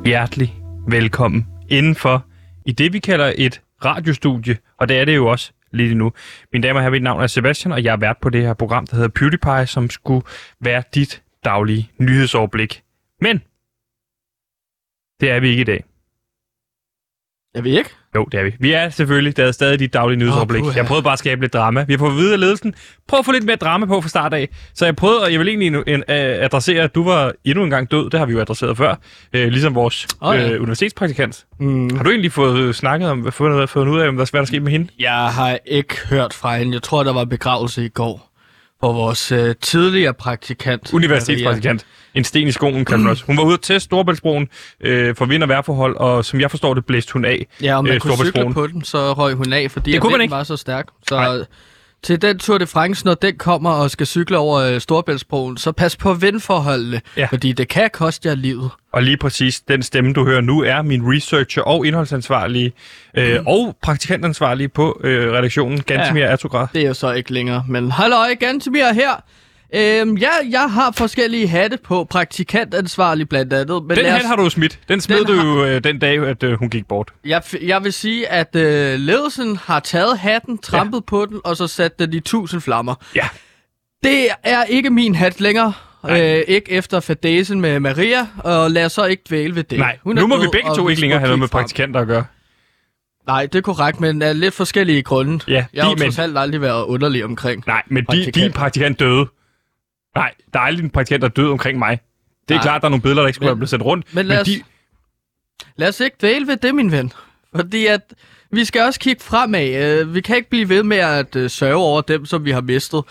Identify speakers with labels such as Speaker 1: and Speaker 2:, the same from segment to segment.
Speaker 1: hjertelig velkommen indenfor i det, vi kalder et radiostudie, og det er det jo også lidt endnu. Mine damer og herrer, mit navn er Sebastian, og jeg er vært på det her program, der hedder PewDiePie, som skulle være dit daglige nyhedsoverblik. Men det er vi ikke i dag.
Speaker 2: Er vi ikke?
Speaker 1: Jo, det er vi. Vi er selvfølgelig, der er stadig dit daglige nyhedsoverblik. Jeg prøvede bare at skabe lidt drama. Vi har fået at vide af ledelsen, prøv at få lidt mere drama på fra start af. Så jeg prøvede, og jeg vil egentlig adressere, at du var endnu en gang død. Det har vi jo adresseret før. Ligesom vores universitetspraktikant. Har du egentlig fået snakket om, fundet ud af, hvad der skete med hende?
Speaker 2: Jeg har ikke hørt fra hende. Jeg tror, der var begravelse i går for vores tidligere praktikant.
Speaker 1: Universitetspraktikant. En sten i skoen, kan man også. Hun var ude at teste Storebæltsbroen for vind- og vejrforhold, og som jeg forstår det, blæste hun af.
Speaker 2: Ja, og man kunne cykle på den, så røg hun af, fordi vinden var så stærk. Så til den Tour de France, når den kommer og skal cykle over Storebæltsbroen, så pas på vindforholdene, fordi det kan koste jer livet. Og
Speaker 1: lige præcis den stemme, du hører nu, er min researcher og indholdsansvarlige og praktikantansvarlige på redaktionen, Gantemir Atograd.
Speaker 2: Det er jo så ikke længere, men halløj, Gantemir her. Jeg har forskellige hatte på, praktikantansvarlig blandt andet. Men
Speaker 1: den hat har du smidt. Den smed du jo den dag, at hun gik bort.
Speaker 2: Jeg vil sige, at ledelsen har taget hatten, trampet på den, og så sat den i 1000 flammer.
Speaker 1: Ja.
Speaker 2: Det er ikke min hat længere. Ikke efter fadæsen med Maria, og lad os så ikke dvæle ved det.
Speaker 1: Nej, nu må vi begge to ikke længere have noget med praktikanter at gøre.
Speaker 2: Nej, det er korrekt, men af lidt forskellige grunde.
Speaker 1: Ja,
Speaker 2: jeg har jo trods alt aldrig været underlig omkring.
Speaker 1: Nej, men din praktikant døde. Nej, der er aldrig en praktikant, der er død omkring mig. Det er klart, der er nogle billeder, der ikke skulle være blevet sendt rundt.
Speaker 2: Men lad os ikke dvæle ved det, min ven. Fordi at vi skal også kigge fremad. Vi kan ikke blive ved med at sørge over dem, som vi har mistet.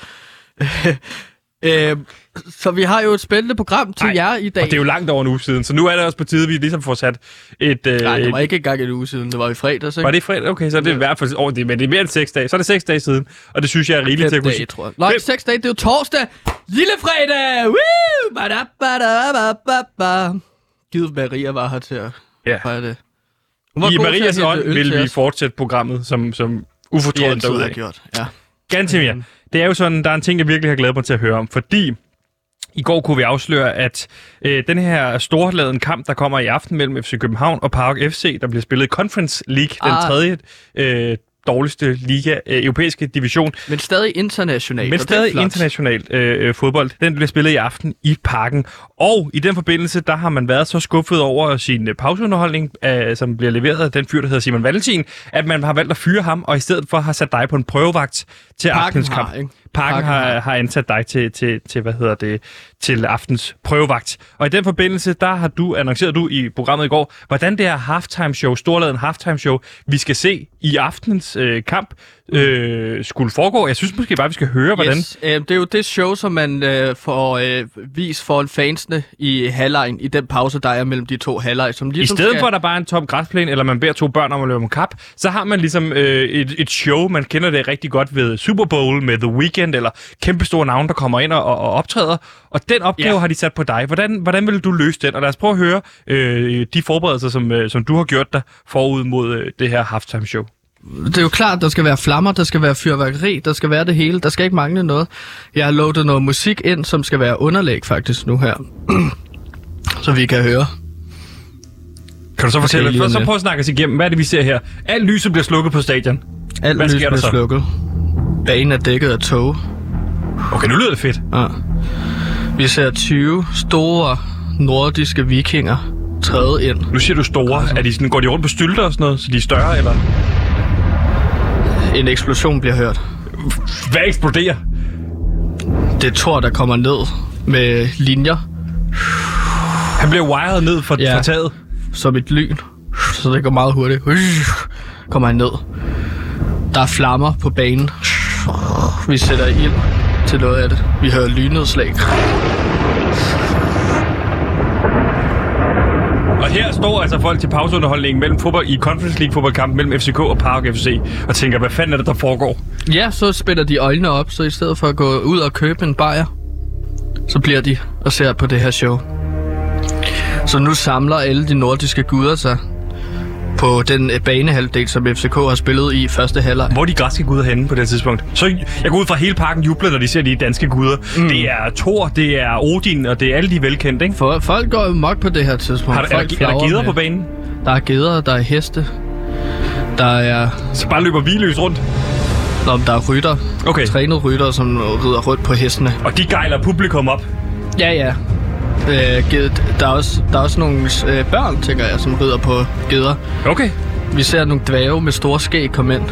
Speaker 2: Så vi har jo et spændende program til jer i dag.
Speaker 1: Og det er jo langt over en uge siden, så nu er det også på tide, vi ligesom får sat et...
Speaker 2: Nej, det var ikke engang en uge siden, det var i fredags, ikke?
Speaker 1: Var det i fredag? Okay, så er det i hvert fald... men det er mere end 6 dage. Så er det 6 dage siden, og det synes jeg er rigeligt til at kunne sige.
Speaker 2: Tror jeg. Nej, 6 dage, det er jo torsdag! Lille fredag! Woo! Givet Maria var her til at fejre det.
Speaker 1: I Marias ånd vil vi fortsætte programmet som ufortrødent derudad.
Speaker 2: Ja.
Speaker 1: Gantemir, det er jo sådan, der er en ting, jeg virkelig har glædet mig til at høre om, fordi i går kunne vi afsløre, at den her storladende kamp, der kommer i aften mellem FC København og PAOK FC, der bliver spillet i Conference League, den tredje dårligste liga, europæiske division.
Speaker 2: Men stadig internationalt.
Speaker 1: Men stadig internationalt fodbold. Den bliver spillet i aften i Parken. Og i den forbindelse, der har man været så skuffet over sin pauseunderholdning, som bliver leveret af den fyr, der hedder Simon Valentin, at man har valgt at fyre ham, og i stedet for har sat dig på en prøvevagt til aftens kamp. Parken har ansat dig til aftens prøvevagt. Og i den forbindelse, der har du annonceret i programmet i går, hvordan det her halftime show, storladen halftime show, vi skal se i aftens kamp, skulle foregå. Jeg synes måske bare, vi skal høre, hvordan...
Speaker 2: det er jo det show, som man får vist foran fansene i halvlejen, i den pause, der er mellem de to halvleg. Som ligesom
Speaker 1: I stedet for, at der bare er en tom græsplæne, eller man beder 2 børn om at løbe om kap, så har man ligesom et show, man kender det rigtig godt ved Super Bowl med The Weeknd, eller kæmpestore navne, der kommer ind og optræder. Og den opgave har de sat på dig. Hvordan vil du løse den? Og lad os prøve at høre de forberedelser, som du har gjort dig forud mod det her halftime show.
Speaker 2: Det er jo klart, der skal være flammer, der skal være fyrværkeri, der skal være det hele. Der skal ikke mangle noget. Jeg har lovet noget musik ind, som skal være underlæg faktisk nu her. Så vi kan høre.
Speaker 1: Kan du så fortælle? Så prøv at snakke os igennem. Hvad er det, vi ser her? Alt lyset bliver slukket på stadion.
Speaker 2: Alt lyset bliver slukket. Banen er dækket af tog.
Speaker 1: Okay, nu lyder det fedt.
Speaker 2: Ja. Vi ser 20 store nordiske vikinger træde ind.
Speaker 1: Nu siger du store. Er de sådan, går de rundt på stylter og sådan noget, så de er større, eller?
Speaker 2: En eksplosion bliver hørt.
Speaker 1: Hvad eksploderer?
Speaker 2: Det er Thor, der kommer ned med linjer.
Speaker 1: Han bliver wired ned fra taget?
Speaker 2: Som et lyn. Så det går meget hurtigt. Kommer han ned. Der er flammer på banen. Vi sætter ild til noget af det. Vi hører lynnedslag.
Speaker 1: Og her står altså folk til pauseunderholdningen mellem fodbold i Conference League fodboldkampen mellem FCK og PAOK FC og tænker, hvad fanden er det, der foregår?
Speaker 2: Ja, så spænder de øjnene op, så i stedet for at gå ud og købe en bajer, så bliver de og ser på det her show. Så nu samler alle de nordiske guder sig på den banehalvdel, som FCK har spillet i første halvleg.
Speaker 1: Hvor er de græske guder henne på det tidspunkt? Så jeg går ud fra hele parken jubler, når de ser de danske guder. Det er Thor, det er Odin, og det er alle de velkendte, ikke?
Speaker 2: For folk går jo mok på det her tidspunkt.
Speaker 1: Er der geder på banen?
Speaker 2: Der er geder, der er heste. Der er...
Speaker 1: Så bare løber viløs rundt?
Speaker 2: Der er rytter.
Speaker 1: Okay.
Speaker 2: Trænede rytter, som rider rundt på hestene.
Speaker 1: Og de gejler publikum op?
Speaker 2: Ja. Der er også nogle børn, tænker jeg, som rider på geder.
Speaker 1: Okay.
Speaker 2: Vi ser nogle dværge med store skæg komme ind.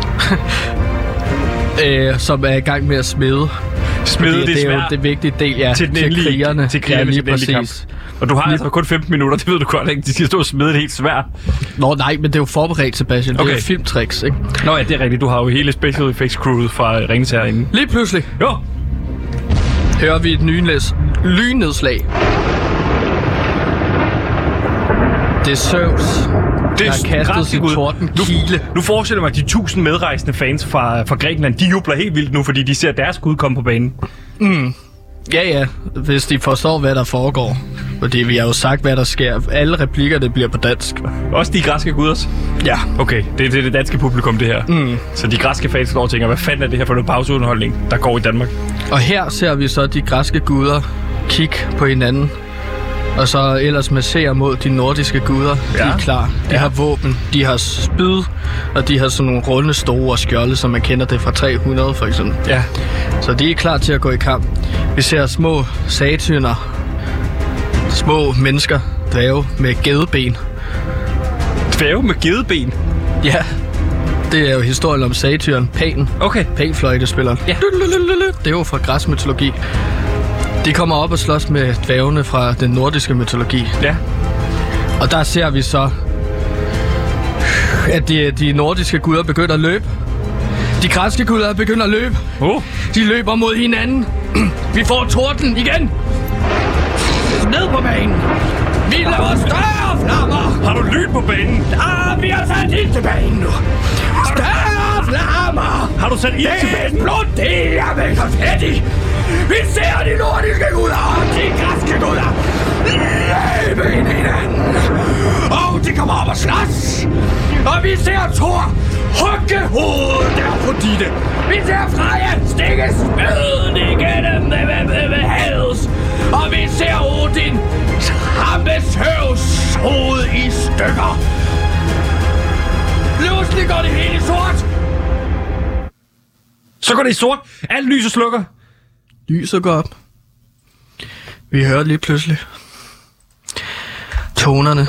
Speaker 2: Som er i gang med at smede.
Speaker 1: Smede, det er
Speaker 2: jo det vigtige del, ja,
Speaker 1: til krigerne. Til krigerne, lige præcis. Og du har altså kun 15 minutter, det ved du godt, ikke? De skal stå og smide det helt svært.
Speaker 2: Nå nej, men det er jo forberedt, Sebastian. Okay. Det er jo filmtricks, ikke?
Speaker 1: Nå ja, det er rigtigt. Du har jo hele special effects crewet fra Ringens herinde.
Speaker 2: Lige pludselig.
Speaker 1: Jo.
Speaker 2: Hører vi et lynnedslag. Det er Zeus, der har kastet sin tordenkile.
Speaker 1: Nu forestiller mig, at de 1000 medrejsende fans fra Grækenland, de jubler helt vildt nu, fordi de ser deres gud komme på banen.
Speaker 2: Ja, hvis de forstår, hvad der foregår. Fordi vi har jo sagt, hvad der sker. Alle replikkerne bliver på dansk.
Speaker 1: Også de græske guders?
Speaker 2: Ja.
Speaker 1: Okay, det er det danske publikum, det her. Så de græske fans står og tænker, hvad fanden er det her for noget pauseunderholdning, der går i Danmark?
Speaker 2: Og her ser vi så de græske guder kigge på hinanden. Og så ellers masserer mod de nordiske guder. Ja. De er klar. De har våben, de har spyd, og de har sådan nogle runde store skjolde, som man kender det fra 300 for eksempel.
Speaker 1: Ja.
Speaker 2: Så de er klar til at gå i kamp. Vi ser små satyrer, små mennesker, dværge med gedeben.
Speaker 1: Dværge med gedeben?
Speaker 2: Ja. Det er jo historien om satyren, Pan.
Speaker 1: Okay.
Speaker 2: Panfløjtespilleren.
Speaker 1: Ja.
Speaker 2: Det er jo fra græsk mytologi. De kommer op og slås med dværgene fra den nordiske mytologi.
Speaker 1: Ja.
Speaker 2: Og der ser vi så, at de nordiske guder begynder at løbe. De græske guder begynder at løbe. De løber mod hinanden. Vi får torden igen. Ned på banen. Vi laver større flammer.
Speaker 1: Har du lyn på banen?
Speaker 2: Vi har sat ild til banen nu. Større flammer.
Speaker 1: Har du sat ild til banen?
Speaker 2: Det eksploderer med konfetti. Vi ser de nordiske guder og de græske guder løbe ind i hinanden. Og de kommer op og slås. Og vi ser Thor hugge hovedet der på Ditte. Vi ser Freja stikke spøden igennem hals. Og vi ser Odin trampe Zeus hoved i stykker. Pludselig går det helt i sort.
Speaker 1: Så går det i sort. Alt lyset slukker.
Speaker 2: Lyset går op. Vi hører lige pludselig tonerne.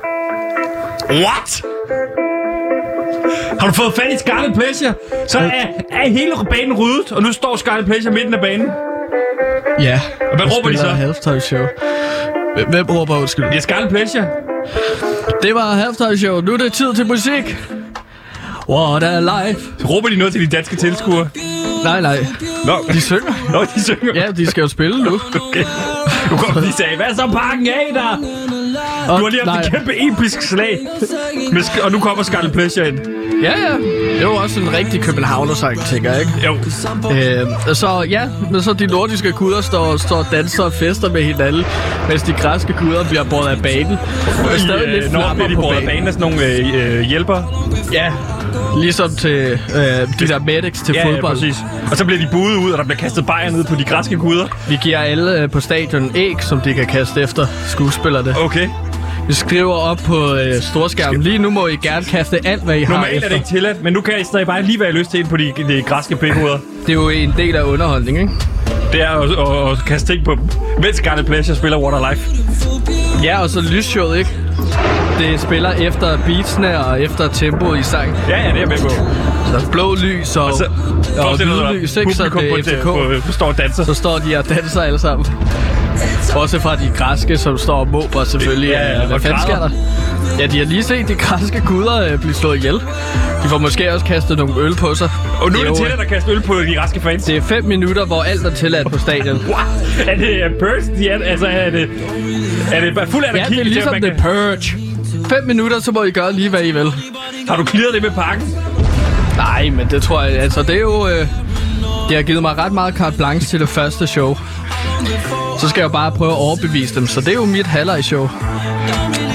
Speaker 1: What? Har du fået fat i Scarlet Pleasure? Så er hele banen ryddet, og nu står Scarlet Pleasure midten af banen.
Speaker 2: Ja.
Speaker 1: Og hvad råber de så?
Speaker 2: Halftime show. Hvem råber undskyld?
Speaker 1: Det er Scarlet Pleasure.
Speaker 2: Det var halftime show. Nu er det tid til musik. What a life.
Speaker 1: Så råber de noget til de danske tilskuere?
Speaker 2: Nej.
Speaker 1: Nå,
Speaker 2: de synger.
Speaker 1: Nå, de synger.
Speaker 2: Ja, de skal jo spille nu.
Speaker 1: Okay. Nu kommer de sagde, hvad så pakken af der? Du har lige haft et kæmpe episk slag. Og nu kommer Scarlet Pleasure ind.
Speaker 2: Ja. Det var også en rigtig københavnersang, tænker jeg, ikke?
Speaker 1: Jo.
Speaker 2: Så de nordiske guder står og danser og fester med hinanden, mens de græske guder bliver båret af banen. Og stadig lidt flammer på banen.
Speaker 1: Banen af sådan nogle hjælpere?
Speaker 2: Ja. Ligesom til de der medics til fodbold.
Speaker 1: Ja, præcis. Og så bliver de buet ud, og der bliver kastet bajer ned på de græske guder.
Speaker 2: Vi giver alle på stadion æg, som de kan kaste efter skuespillerne.
Speaker 1: Okay.
Speaker 2: Vi skriver op på storskærmen. Lige nu må I gerne kaste alt, hvad I har
Speaker 1: Normalt er det ikke tilladt, men nu kan I stadig bare lige være lyst til ind på de græske pikhoveder.
Speaker 2: Det er jo en del af underholdning, ikke?
Speaker 1: Det er at kaste ting på dem, mens Scarlet Pleasure spiller What a Life.
Speaker 2: Ja, og så lysshowet, ikke? Det spiller efter beatsene og efter tempoet i sang.
Speaker 1: Ja, det er med på.
Speaker 2: Så blå lys og lydlys, ikke? Så det er FCK.
Speaker 1: Står og danser.
Speaker 2: Så står de og danser alle sammen. Også fra de græske, som står og måber selvfølgelig.
Speaker 1: Ja,
Speaker 2: hvad fanden sker der? Ja, de har lige set de græske guder blive slået ihjel. De får måske også kastet nogle øl på sig.
Speaker 1: Og nu er det tilladt at kaste øl på de græske fans.
Speaker 2: Det er 5 minutter, hvor alt er tilladt på stadion.
Speaker 1: Er det Purge? Altså, er det fuld anarki?
Speaker 2: Ja, det er ligesom The Purge. 5 minutter, så må I gøre lige, hvad I vil.
Speaker 1: Har du clearet det med pakken?
Speaker 2: Nej, men det tror jeg... Altså, det er jo... Det har givet mig ret meget carte blanche til det første show. Så skal jeg jo bare prøve at overbevise dem. Så det er jo mit halvleg-show.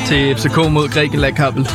Speaker 2: til FCK mod Grækenland-kampen.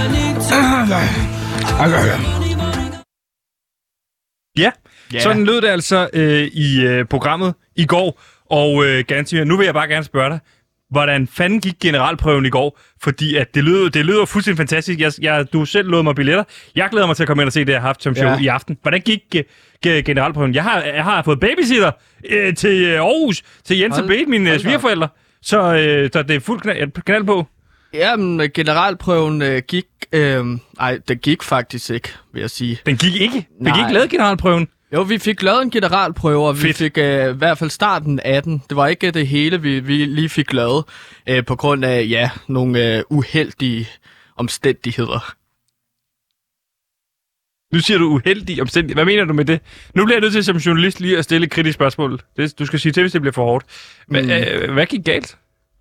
Speaker 1: Ja, sådan lød det altså i programmet i går. Og Gansimir, nu vil jeg bare gerne spørge dig, hvordan fanden gik generalprøven i går? Fordi at det lyder fuldstændig fantastisk. Du selv lovede mig billetter. Jeg glæder mig til at komme ind og se det, jeg har haft som show i aften. Hvordan gik generalprøven? Jeg har fået babysitter til Aarhus, til Jens og Bete, mine svigerforældre. Så det er fuld knald på.
Speaker 2: Jamen, generalprøven gik... den gik faktisk ikke, vil jeg sige.
Speaker 1: Den gik ikke? Vi gik ikke lavet generalprøven?
Speaker 2: Jo, vi fik lavet en generalprøve, og vi fik i hvert fald starten af den. Det var ikke det hele, vi lige fik lavet, på grund af, nogle uheldige omstændigheder.
Speaker 1: Nu siger du uheldige omstændigheder. Hvad mener du med det? Nu bliver jeg nødt til som journalist lige at stille et kritisk spørgsmål. Du skal sige til, hvis det bliver for hårdt. Men, hvad gik galt?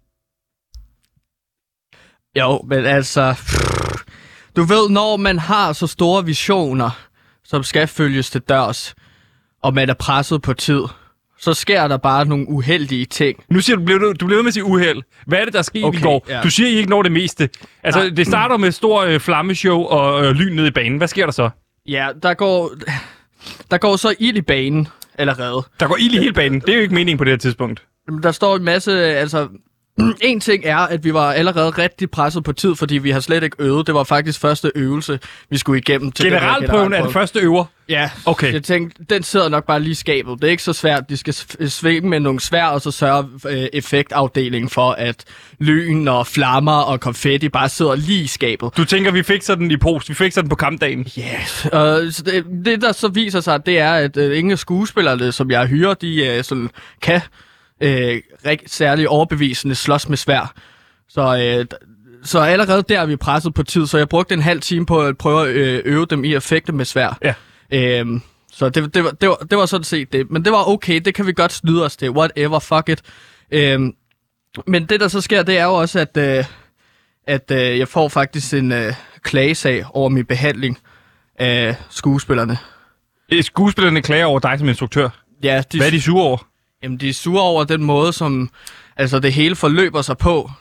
Speaker 2: Jo, men altså... Du ved, når man har så store visioner, som skal følges til dørs, og man er presset på tid, så sker der bare nogle uheldige ting.
Speaker 1: Nu siger du bliver ved med at sige uheld. Hvad er det, der skete i går? Ja. Du siger, I ikke når det meste. Altså, det starter med stor flammeshow og lyn ned i banen. Hvad sker der så?
Speaker 2: Ja, der går så ild i banen allerede.
Speaker 1: Der går ild i hele banen? Det er jo ikke meningen på det her tidspunkt.
Speaker 2: Der står en masse, altså... En ting er, at vi var allerede rigtig presset på tid, fordi vi har slet ikke øvet. Det var faktisk første øvelse, vi skulle igennem. Til
Speaker 1: generalprøven er den første øver?
Speaker 2: Ja,
Speaker 1: okay.
Speaker 2: Jeg tænkte, den sidder nok bare lige i skabet. Det er ikke så svært. De skal svinge med nogle svær, og så sørge effektafdelingen for, at lyn og flammer og konfetti bare sidder lige i skabet.
Speaker 1: Du tænker, vi fikser den i post. Vi fikser den på kampdagen.
Speaker 2: Yes. Det, der så viser sig, det er, at ingen af skuespillerne, som jeg hyrer, de sådan kan... særligt overbevisende slås med svær. Så allerede der er vi presset på tid, så jeg brugte en halv time på at prøve at øve dem i at fægte med svær. Ja. Så det var sådan set det. Men det var okay, det kan vi godt snyde os til. Whatever, fuck it. Men det der så sker, det er jo også, at jeg får faktisk en klagesag over min behandling af skuespillerne.
Speaker 1: Skuespillerne klager over dig som instruktør?
Speaker 2: Ja.
Speaker 1: Hvad er de sure over?
Speaker 2: Jamen, de er sure over den måde, som det hele forløber sig på.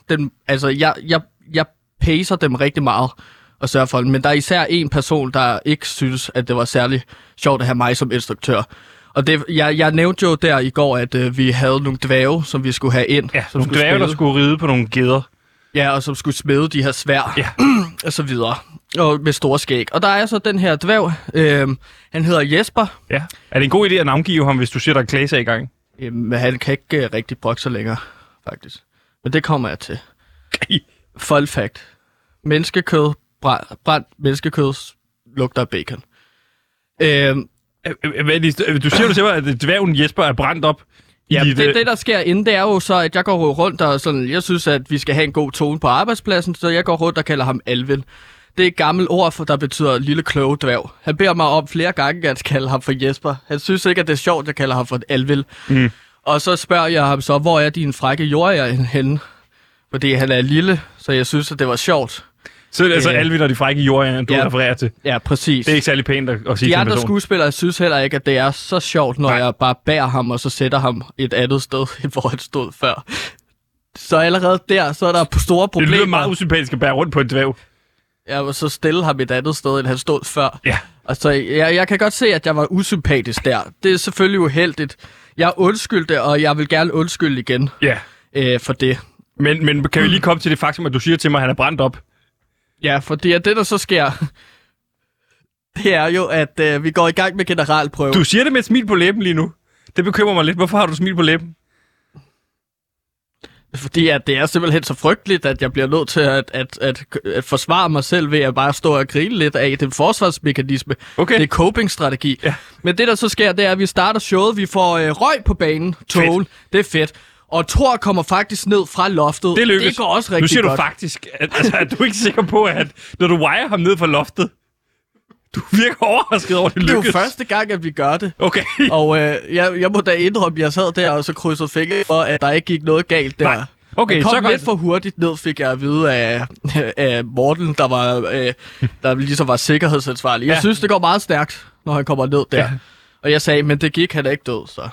Speaker 2: Jeg pacer dem rigtig meget og sørger for dem. Men der er især en person, der ikke synes, at det var særlig sjovt at have mig som instruktør. Og jeg nævnte jo der i går, at vi havde nogle dværge, som vi skulle have ind.
Speaker 1: Ja, nogle dværge, der skulle ride på nogle geder.
Speaker 2: Ja, og som skulle smede de her svær, og så videre. Og med store skæg. Og der er så den her dværg, han hedder Jesper. Ja.
Speaker 1: Er det en god idé at navngive ham, hvis du siger, der er klagesag i gang?
Speaker 2: Men han kan ikke rigtig brokke sig længere, faktisk. Men det kommer jeg til. Fun fact. Menneskekød, brændt menneskekød lugter af bacon.
Speaker 1: Du siger jo til mig, at dværgen Jesper er brændt op.
Speaker 2: Ja, det der sker inden, det er jo så, at jeg går rundt og sådan, jeg synes, at vi skal have en god tone på arbejdspladsen, så jeg går rundt og kalder ham Alvin. Det er et gammelt ord, der betyder lille kloge dværg. Han beder mig om flere gange at kalde ham for Jesper. Han synes ikke, at det er sjovt, at jeg kalder ham for Alvin. Mm. Og så spørger jeg ham så, hvor er din frække jordjær henne? Fordi han er lille, så jeg synes, at det var sjovt.
Speaker 1: Så det er altså Alvin og de frække jordjær, du refererer til?
Speaker 2: Ja, præcis.
Speaker 1: Det er ikke særlig pænt at sige til en person.
Speaker 2: De andre skuespillere synes heller ikke, at det er så sjovt, når jeg bare bærer ham, og så sætter ham et andet sted, hvor han stod før. Så allerede der, så er der store problemer.
Speaker 1: Det lyder meget usympatisk at bære rundt på en dværg.
Speaker 2: Jeg var så stille ham et andet sted, end han stod før. Ja. Altså, jeg kan godt se, at jeg var usympatisk der. Det er selvfølgelig uheldigt. Jeg undskyldte, og jeg vil gerne undskylde igen for det.
Speaker 1: Men kan vi lige komme til det faktum, at du siger til mig, at han er brændt op?
Speaker 2: Ja, for det der så sker, det er jo, at vi går i gang med generalprøve.
Speaker 1: Du siger det med et smil på læben lige nu. Det bekymrer mig lidt. Hvorfor har du smil på læben?
Speaker 2: Fordi at det er simpelthen så frygteligt, at jeg bliver nødt til at forsvare mig selv ved at bare stå og grine lidt af den forsvarsmekanisme. Okay. Det er coping-strategi. Ja. Men det, der så sker, det er, at vi starter showet. Vi får røg på banen. Tål. Det er fedt. Og Thor kommer faktisk ned fra loftet.
Speaker 1: Det lykkes.
Speaker 2: Det går også rigtig godt.
Speaker 1: Nu siger du faktisk, er du ikke sikker på, at når du wirer ham ned fra loftet, du virker overrasket over, det lykkes?
Speaker 2: Det er jo første gang, at vi gør det.
Speaker 1: Okay.
Speaker 2: Og jeg må da indrømme, at jeg sad der og så krydsede fingre for, at der ikke gik noget galt der. Nej.
Speaker 1: Okay,
Speaker 2: jeg kom lidt for hurtigt ned, fik jeg at vide af Morten, der ligesom var sikkerhedsansvarlig. Jeg synes, det går meget stærkt, når han kommer ned der. Ja. Og jeg sagde, men det gik, han er ikke død, så...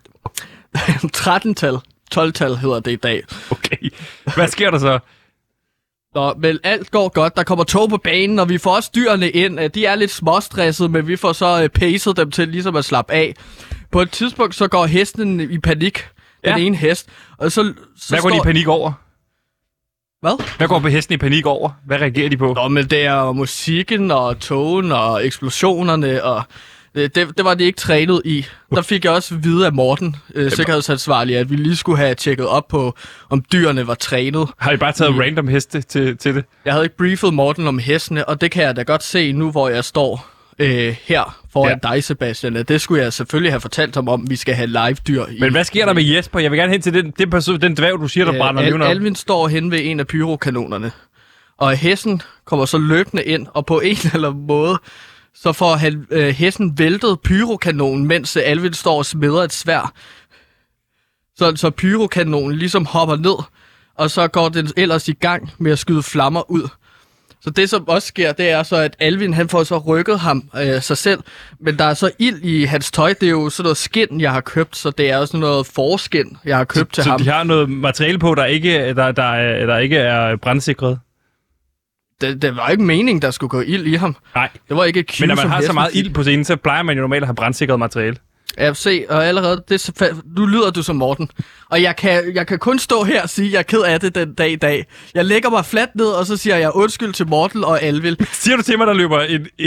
Speaker 2: 13-tal, 12-tal hedder det i dag.
Speaker 1: Okay. Hvad sker der så?
Speaker 2: Nå, men alt går godt. Der kommer tog på banen, og vi får også dyrene ind. De er lidt småstressede, men vi får så pacet dem til ligesom at slappe af. På et tidspunkt så går hesten i panik. Den ene hest. Og så
Speaker 1: hvad går de i panik over?
Speaker 2: Hvad?
Speaker 1: Hvad går hesten i panik over? Hvad reagerer de på?
Speaker 2: Nå, men det er musikken og togen og eksplosionerne, og det var de ikke trænet i. Der fik jeg også at vide af Morten, sikkerhedsansvarlig, at vi lige skulle have tjekket op på, om dyrene var trænet.
Speaker 1: Har I bare taget random heste til det?
Speaker 2: Jeg havde ikke briefet Morten om hestene, og det kan jeg da godt se nu, hvor jeg står her foran dig, Sebastian. Det skulle jeg selvfølgelig have fortalt ham om, vi skal have live-dyr.
Speaker 1: Men hvad sker der med Jesper? Jeg vil gerne hen til den dværg, du siger, der brænder livene op.
Speaker 2: Alvin står hen ved en af pyrokanonerne, og hesten kommer så løbende ind, og på en eller anden måde, så får hesten væltet pyrokanonen, mens Alvin står og smeder et sværd. Så pyrokanonen ligesom hopper ned, og så går den ellers i gang med at skyde flammer ud. Så det, som også sker, det er så, at Alvin, han får så rykket ham sig selv, men der er så ild i hans tøj. Det er jo sådan noget skin, jeg har købt, så det er også noget forskin, jeg har købt til ham.
Speaker 1: Så de har noget materiale på, der ikke er brandsikret?
Speaker 2: Det var ikke meningen, der skulle gå ild i ham.
Speaker 1: Nej.
Speaker 2: Det var ikke
Speaker 1: men når man har så meget ild på scenen, så plejer man jo normalt at have brandsikret materiale.
Speaker 2: Ja, se, og allerede, nu lyder du som Morten. Og jeg kan kun stå her og sige, at jeg er ked af det den dag i dag. Jeg lægger mig fladt ned, og så siger jeg undskyld til Morten og Alvin.
Speaker 1: Siger du til mig, der løber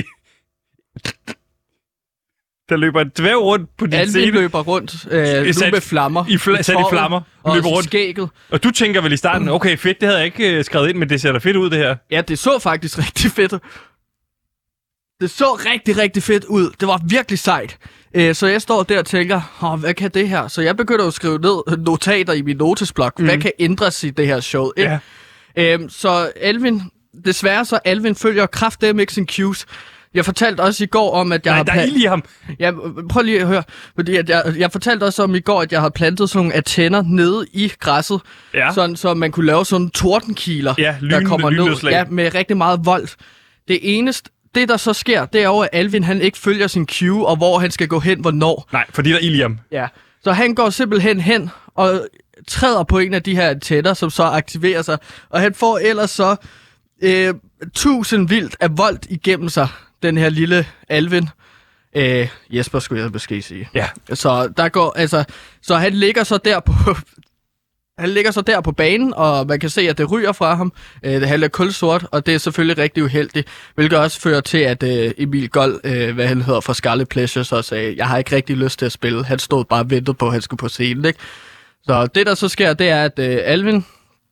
Speaker 1: der løber en dværg rundt på din scene?
Speaker 2: Alvin løber rundt, nu med flammer.
Speaker 1: Sat i flammer,
Speaker 2: og
Speaker 1: løber rundt.
Speaker 2: Skægget.
Speaker 1: Og du tænker vel i starten, okay fedt, det havde jeg ikke skrevet ind, men det ser da fedt ud det her.
Speaker 2: Ja, det så faktisk rigtig fedt. Det så rigtig, rigtig fedt ud. Det var virkelig sejt. Så jeg står der og tænker, hvad kan det her? Så jeg begynder at skrive ned notater i min notesblok. Hvad kan ændres i det her show? Ikke? Ja. Så Alvin, desværre så Alvin følger kraftedeme ikke sin cues. Jeg fortalte også i går om, at jeg
Speaker 1: der er ild i ham.
Speaker 2: Ja, prøv lige at høre. Fordi jeg fortalte også om i går, at jeg havde plantet sådan nogle antenner nede i græsset. Ja. Sådan, så man kunne lave sådan tordenkiler, der kommer ned. Ja, med rigtig meget vold. Det, der så sker, det er jo, at Alvin han ikke følger sin cue, og hvor han skal gå hen, hvornår.
Speaker 1: Nej, fordi der er ild i ham.
Speaker 2: Ja, så han går simpelthen hen og træder på en af de her antenner, som så aktiverer sig. Og han får ellers så 1000 vildt af vold igennem sig, den her lille Alvin. Jesper skulle jeg måske sige.
Speaker 1: Ja.
Speaker 2: Så der går, så han ligger så der på... Han ligger så der på banen, og man kan se, at det ryger fra ham. Han er kulsort, og det er selvfølgelig rigtig uheldigt, hvilket også fører til, at Emil Gold, hvad han hedder fra Scarlet Pleasure, så sagde, jeg har ikke rigtig lyst til at spille. Han stod bare og ventede på, at han skulle på scenen, ikke? Så det, der så sker, det er, at Alvin,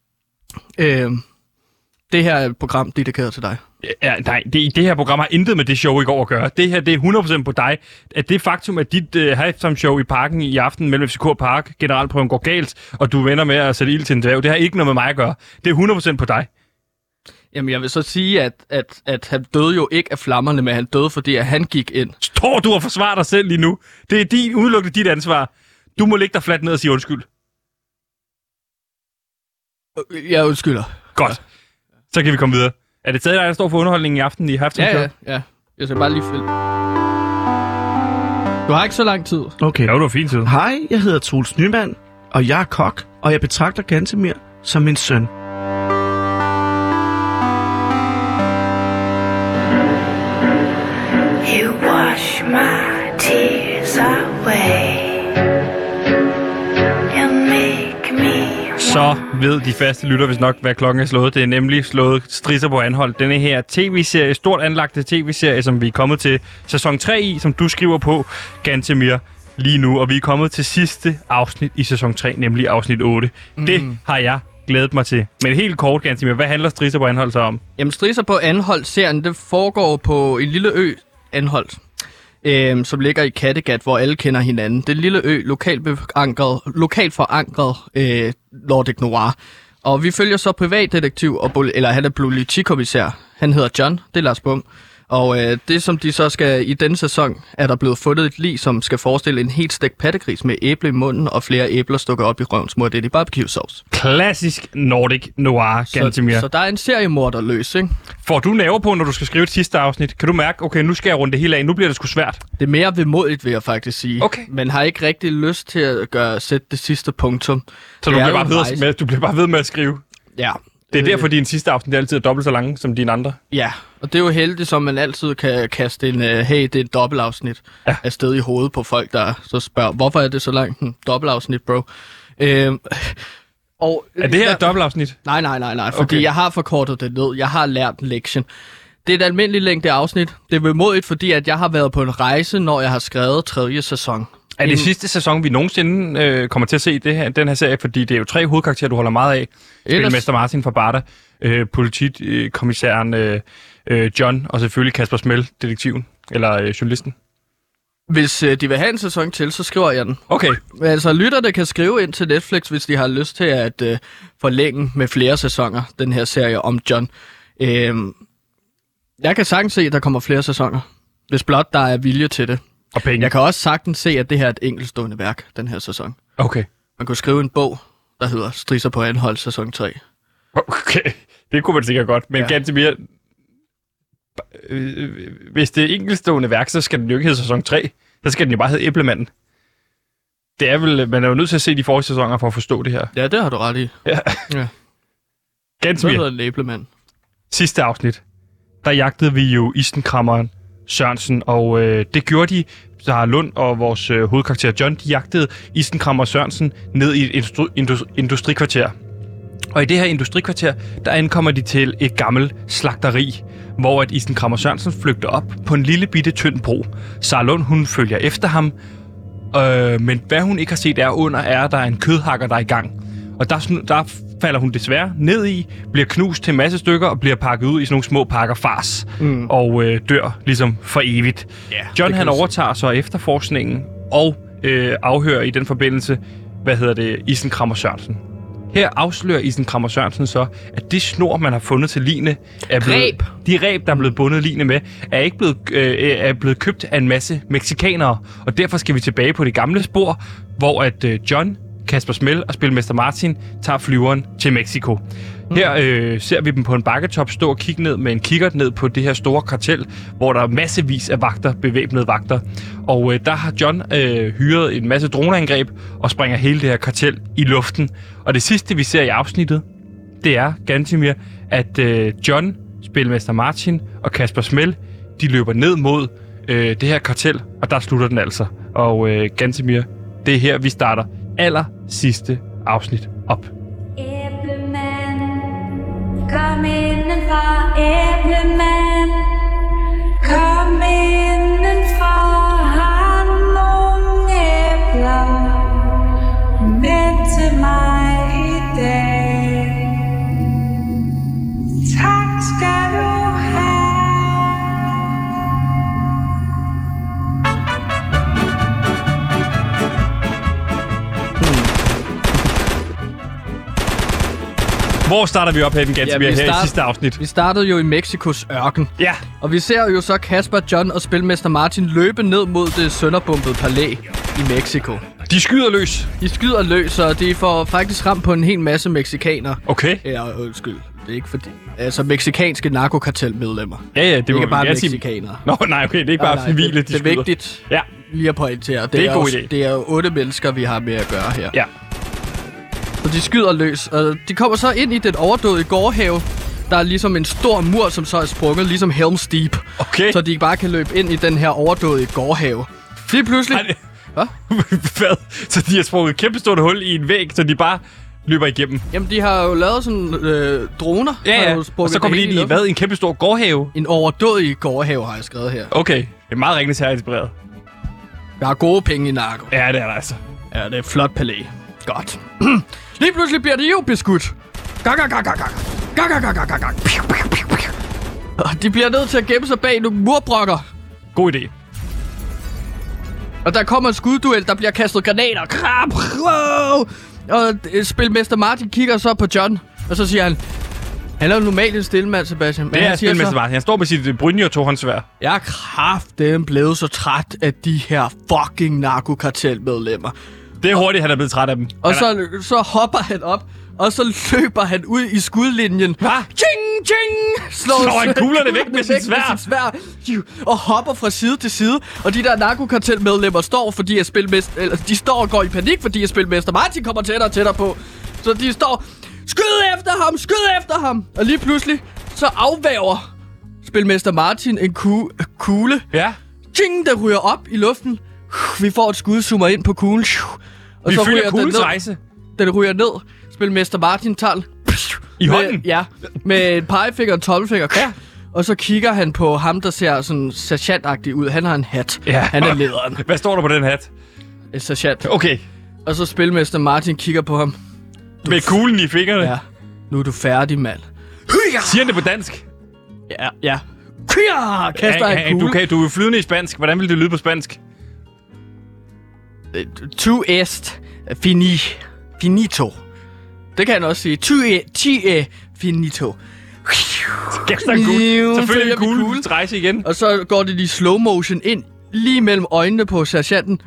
Speaker 2: det her er et program dedikeret til dig.
Speaker 1: Ja, nej, det her program har intet med det show i går at gøre. Det her, det er 100% på dig. At det faktum, at dit halftime show i parken i aften mellem FCK og Park, generalprøven går galt, og du vender med at sætte ild til en dværg, det har ikke noget med mig at gøre. Det er 100% på dig.
Speaker 2: Jamen, jeg vil så sige, at han døde jo ikke af flammerne, men han døde, fordi at han gik ind.
Speaker 1: Står du og forsvarer dig selv lige nu? Det er udelukkende dit ansvar. Du må lægge dig fladt ned og sige undskyld.
Speaker 2: Jeg undskylder.
Speaker 1: Godt. Ja. Så kan vi komme videre. Er det stadig dig, der står for underholdningen i aften i halftime show?
Speaker 2: Ja. Jeg skal bare lige følge. Du har ikke så lang tid.
Speaker 3: Okay.
Speaker 1: Ja, du har fin tid.
Speaker 3: Hej, jeg hedder Troels Nyman, og jeg er kok, og jeg betragter Gantemir som min søn.
Speaker 4: You wash my tears away.
Speaker 1: Så ved de faste lytter, hvis nok, hvad klokken er slået. Det er nemlig slået Strisser på Anholt. Denne her tv-serie, stort anlagte tv-serie, som vi er kommet til sæson 3 i, som du skriver på, Gantemir, lige nu. Og vi er kommet til sidste afsnit i sæson 3, nemlig afsnit 8. Det har jeg glædet mig til. Men helt kort, Gantemir, hvad handler Strisser på Anholt så om?
Speaker 2: Jamen, Strisser på Anholt-serien, det foregår på en lille ø, Anholt, som ligger i Kattegat, hvor alle kender hinanden. Det lille ø, lokalt forankret Nordic Noir. Og vi følger så privatdetektiv, eller han er politikommissær. Han hedder John, det er Lars Bum. Og det, som de så skal i denne sæson, er der blevet fundet et lig, som skal forestille en helt stegt pattegris med æble i munden og flere æbler stukket op i røven, smurt ind i barbecue-sauce.
Speaker 1: Klassisk Nordic Noir, Gantemir.
Speaker 2: Så der er en seriemorder løs, ikke?
Speaker 1: Får du nerver på, når du skal skrive et sidste afsnit? Kan du mærke, okay, nu skal jeg runde det hele af, nu bliver det sgu svært?
Speaker 2: Det er mere vemodigt, vil jeg faktisk sige.
Speaker 1: Okay.
Speaker 2: Men har ikke rigtig lyst til at sætte det sidste punktum.
Speaker 1: Så du bliver bare ved med at skrive?
Speaker 2: Ja.
Speaker 1: Det er derfor, din sidste afsnit er altid dobbelt så lange som dine andre.
Speaker 2: Ja, og det er jo heldigt, som man altid kan kaste en, hey, det er et dobbeltafsnit afsted i hovedet på folk, der så spørger, hvorfor er det så langt? Dobbeltafsnit, bro. Og,
Speaker 1: er det her et dobbeltafsnit?
Speaker 2: Nej, fordi jeg har forkortet det ned. Jeg har lært en lektion. Det er et almindeligt længde afsnit. Det er vemodigt, fordi at jeg har været på en rejse, når jeg har skrevet 3. sæson.
Speaker 1: Er det sidste sæson, vi nogensinde kommer til at se den her serie? Fordi det er jo 3 hovedkarakterer, du holder meget af. Spilmester Martin fra Barda, politikommissæren John, og selvfølgelig Kasper Smell, detektiven, eller journalisten.
Speaker 2: Hvis de vil have en sæson til, så skriver jeg den.
Speaker 1: Okay.
Speaker 2: Altså, lytterne kan skrive ind til Netflix, hvis de har lyst til at forlænge med flere sæsoner, den her serie om John. Jeg kan sagtens se, at der kommer flere sæsoner, hvis blot der er vilje til det.
Speaker 1: Og penge.
Speaker 2: Jeg kan også sagtens se, at det her er et enkeltstående værk, den her sæson.
Speaker 1: Okay.
Speaker 2: Man kunne skrive en bog, der hedder Strisser på anhold, sæson 3.
Speaker 1: Okay, det kunne man sikkert godt, men ganske mere... Hvis det er enkeltstående værk, så skal den jo ikke hedde sæson 3. Så skal den jo bare hedde Æblemanden. Det er vel... Man er jo nødt til at se de forrige sæsoner for at forstå det her.
Speaker 2: Ja, det har du ret i.
Speaker 1: Ja. Ganske mere.
Speaker 2: Hvad hedder en æblemand?
Speaker 1: Sidste afsnit, der jagtede vi jo isenkrammeren Sørensen, og det gjorde de, Sara Lund og vores hovedkarakter John, de jagtede isenkrammer Sørensen ned i et industrikvarter. Og i det her industrikvarter, der ankommer de til et gammelt slagteri, hvor at isenkrammer Sørensen flygter op på en lille bitte tynd bro. Sara Lund, hun følger efter ham, men hvad hun ikke har set er, der er en kødhakker, der er i gang. Og der falder hun desværre ned i, bliver knust til en masse stykker og bliver pakket ud i sådan nogle små pakker fars og dør ligesom for evigt. Yeah, John han overtager så efterforskningen og afhører i den forbindelse, isenkrammer Sørensen. Her afslører isenkrammer Sørensen så, at det snor, man har fundet til ligene, de reb, der er blevet bundet ligene med, er blevet købt af en masse mexikanere. Og derfor skal vi tilbage på det gamle spor, hvor at John, Kasper Smell og Spilmester Martin tager flyveren til Mexico. Her ser vi dem på en bakketop stå og kigge ned med en kikkert ned på det her store kartel, hvor der er massevis af vagter, bevæbnede vagter. Og der har John hyret en masse droneangreb og springer hele det her kartel i luften. Og det sidste, vi ser i afsnittet, det er, Gantemir, at John, Spilmester Martin og Kasper Smell, de løber ned mod det her kartel, og der slutter den altså. Og Gantemir, det er her, vi starter aller sidste afsnit op.
Speaker 4: Æblemand, kom indenfor, æblemand, kom indenfor, har nogle æbler med til mig i dag. Tak skal du have.
Speaker 1: Hvor starter vi op her, Gantemir, her i sidste afsnit?
Speaker 2: Vi startede jo i Mexikos ørken.
Speaker 1: Ja.
Speaker 2: Og vi ser jo så Kasper, John og Spilmester Martin løbe ned mod det sønderbombede palæ i Mexico.
Speaker 1: De skyder løs.
Speaker 2: De skyder løs, og de får faktisk ramt på en hel masse mexikanere.
Speaker 1: Okay.
Speaker 2: Ja, undskyld. Det er ikke fordi... Altså, mexikanske narkokartelmedlemmer.
Speaker 1: Ja, det var
Speaker 2: ikke bare mexikanere.
Speaker 1: Nå, nej, okay, det er ikke bare civile, de
Speaker 2: det er
Speaker 1: skyder.
Speaker 2: vigtigt
Speaker 1: ja.
Speaker 2: Lige at pointere.
Speaker 1: Det er en god idé.
Speaker 2: Det er jo 8 mennesker, vi har med at gøre her.
Speaker 1: Ja.
Speaker 2: Så de skyder løs, og de kommer så ind i den overdådige gårdhave. Der er ligesom en stor mur, som så er sprunget, ligesom Helm's Deep.
Speaker 1: Okay.
Speaker 2: Så de bare kan løbe ind i den her overdådige gårdhave. Lige pludselig...
Speaker 1: Hvad? Så de har sprunget et kæmpestort hul i en væg, så de bare løber igennem?
Speaker 2: Jamen, de har jo lavet sådan droner.
Speaker 1: Ja. Og så kommer de ind i, hvad? En kæmpestor gårdhave?
Speaker 2: En overdådig gårdhave, har jeg skrevet her.
Speaker 1: Okay. Det er meget Ringenes Herre inspireret.
Speaker 2: Der er gode penge i narko.
Speaker 1: Ja, det er der altså.
Speaker 2: Ja, det er et flot palæ. Godt. Lige pludselig bliver de jo beskudt. Og de bliver nødt til at gemme sig bag nogle murbrokker.
Speaker 1: God idé.
Speaker 2: Og der kommer en skudduel, der bliver kastet granater. Og Spilmester Martin kigger så på John, og så siger han er jo normalt en stillemand, Sebastian. Men
Speaker 1: det er Spilmester Martin. Han står med sit brynje og tohåndssværd.
Speaker 2: Jeg er kraftedeme blevet så træt af de her fucking narkokartelmedlemmer.
Speaker 1: Det er hurtigt, han er blevet træt af dem.
Speaker 2: Og så hopper han op, og så løber han ud i skudlinjen.
Speaker 1: Hvad?
Speaker 2: Ching, ching!
Speaker 1: Slår han kuglerne væk med sit sværd.
Speaker 2: Og hopper fra side til side. Og de der narkokartelmedlemmer står, fordi de står og går i panik, fordi Spilmester Martin kommer tættere og tættere på. Så de står... skyd efter ham! Og lige pludselig, så afvæver spilmester Martin en kugle.
Speaker 1: Ja.
Speaker 2: Tjing, der ryger op i luften. Vi får et skud, zoomer ind på kuglen. Og
Speaker 1: Vi
Speaker 2: så
Speaker 1: følger
Speaker 2: ryger
Speaker 1: kuglens rejse.
Speaker 2: Den ryger ned. Spilmester Martin tager den.
Speaker 1: I hånden?
Speaker 2: Ja, med en pegefinger og en tommelfinger. Ja. Og så kigger han på ham, der ser sådan sergeantagtig ud. Han har en hat.
Speaker 1: Ja.
Speaker 2: Han er lederen.
Speaker 1: Hvad står der på den hat?
Speaker 2: Sergeant.
Speaker 1: Okay.
Speaker 2: Og så spilmester Martin kigger på ham.
Speaker 1: Med kuglen i fingrene?
Speaker 2: Ja. Nu er du færdig, mand.
Speaker 1: Siger han det på dansk?
Speaker 2: Ja. Kaster en kugle.
Speaker 1: Du er flydende i spansk. Hvordan vil det lyde på spansk?
Speaker 2: Tu est finito. Det kan han også sige. Tu est finito.
Speaker 1: Kaster en kugle. Så følger kuglens rejse igen.
Speaker 2: Og så går det i slow motion ind lige mellem øjnene på sergeanten.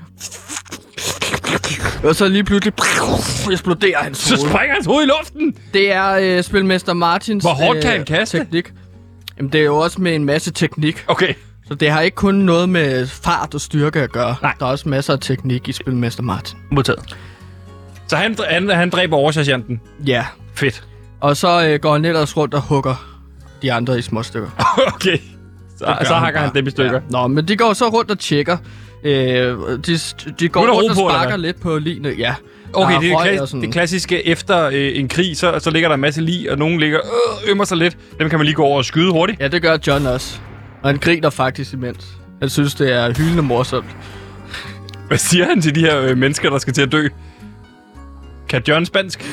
Speaker 2: Og så lige pludselig eksploderer hans hoved.
Speaker 1: Så springer hans hoved i luften.
Speaker 2: Det er spilmester Martins
Speaker 1: Hvor hårdt kan han kaste?
Speaker 2: Teknik. Jamen, det er jo også med en masse teknik.
Speaker 1: Okay.
Speaker 2: Så det har ikke kun noget med fart og styrke at gøre.
Speaker 1: Nej.
Speaker 2: Der er også masser af teknik i spilmester Martin.
Speaker 1: Modtaget. Så han dræber oversergeanten.
Speaker 2: Ja.
Speaker 1: Fedt.
Speaker 2: Og så går han ellers rundt og hugger de andre i små stykker.
Speaker 1: Okay. Så hakker han dem i stykker.
Speaker 2: Ja. Nå, men de går så rundt og tjekker. De går rundt og sparker lidt på ligene. Ja.
Speaker 1: Okay, det klassiske efter en krig, så ligger der en masse lig, og nogen ligger ømmer sig lidt. Dem kan man lige gå over og skyde hurtigt.
Speaker 2: Ja, det gør John også. Og han griner faktisk imens. Han synes, det er hyldende morsomt.
Speaker 1: Hvad siger han til de her mennesker, der skal til at dø? Kan John spansk?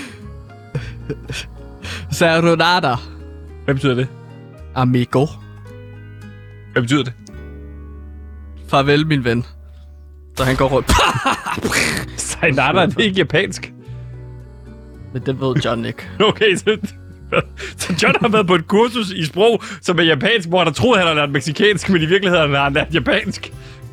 Speaker 2: Sayonara.
Speaker 1: Hvad betyder det?
Speaker 2: Amigo.
Speaker 1: Hvad betyder det?
Speaker 2: Farvel, min ven. Så han går rundt.
Speaker 1: Sayonara, det er ikke japansk.
Speaker 2: Men det ved John ikke.
Speaker 1: Okay, så John har været på et kursus i sprog, som er japansk, hvor han har troet, han har lært mexicansk, men i virkeligheden har han lært japansk.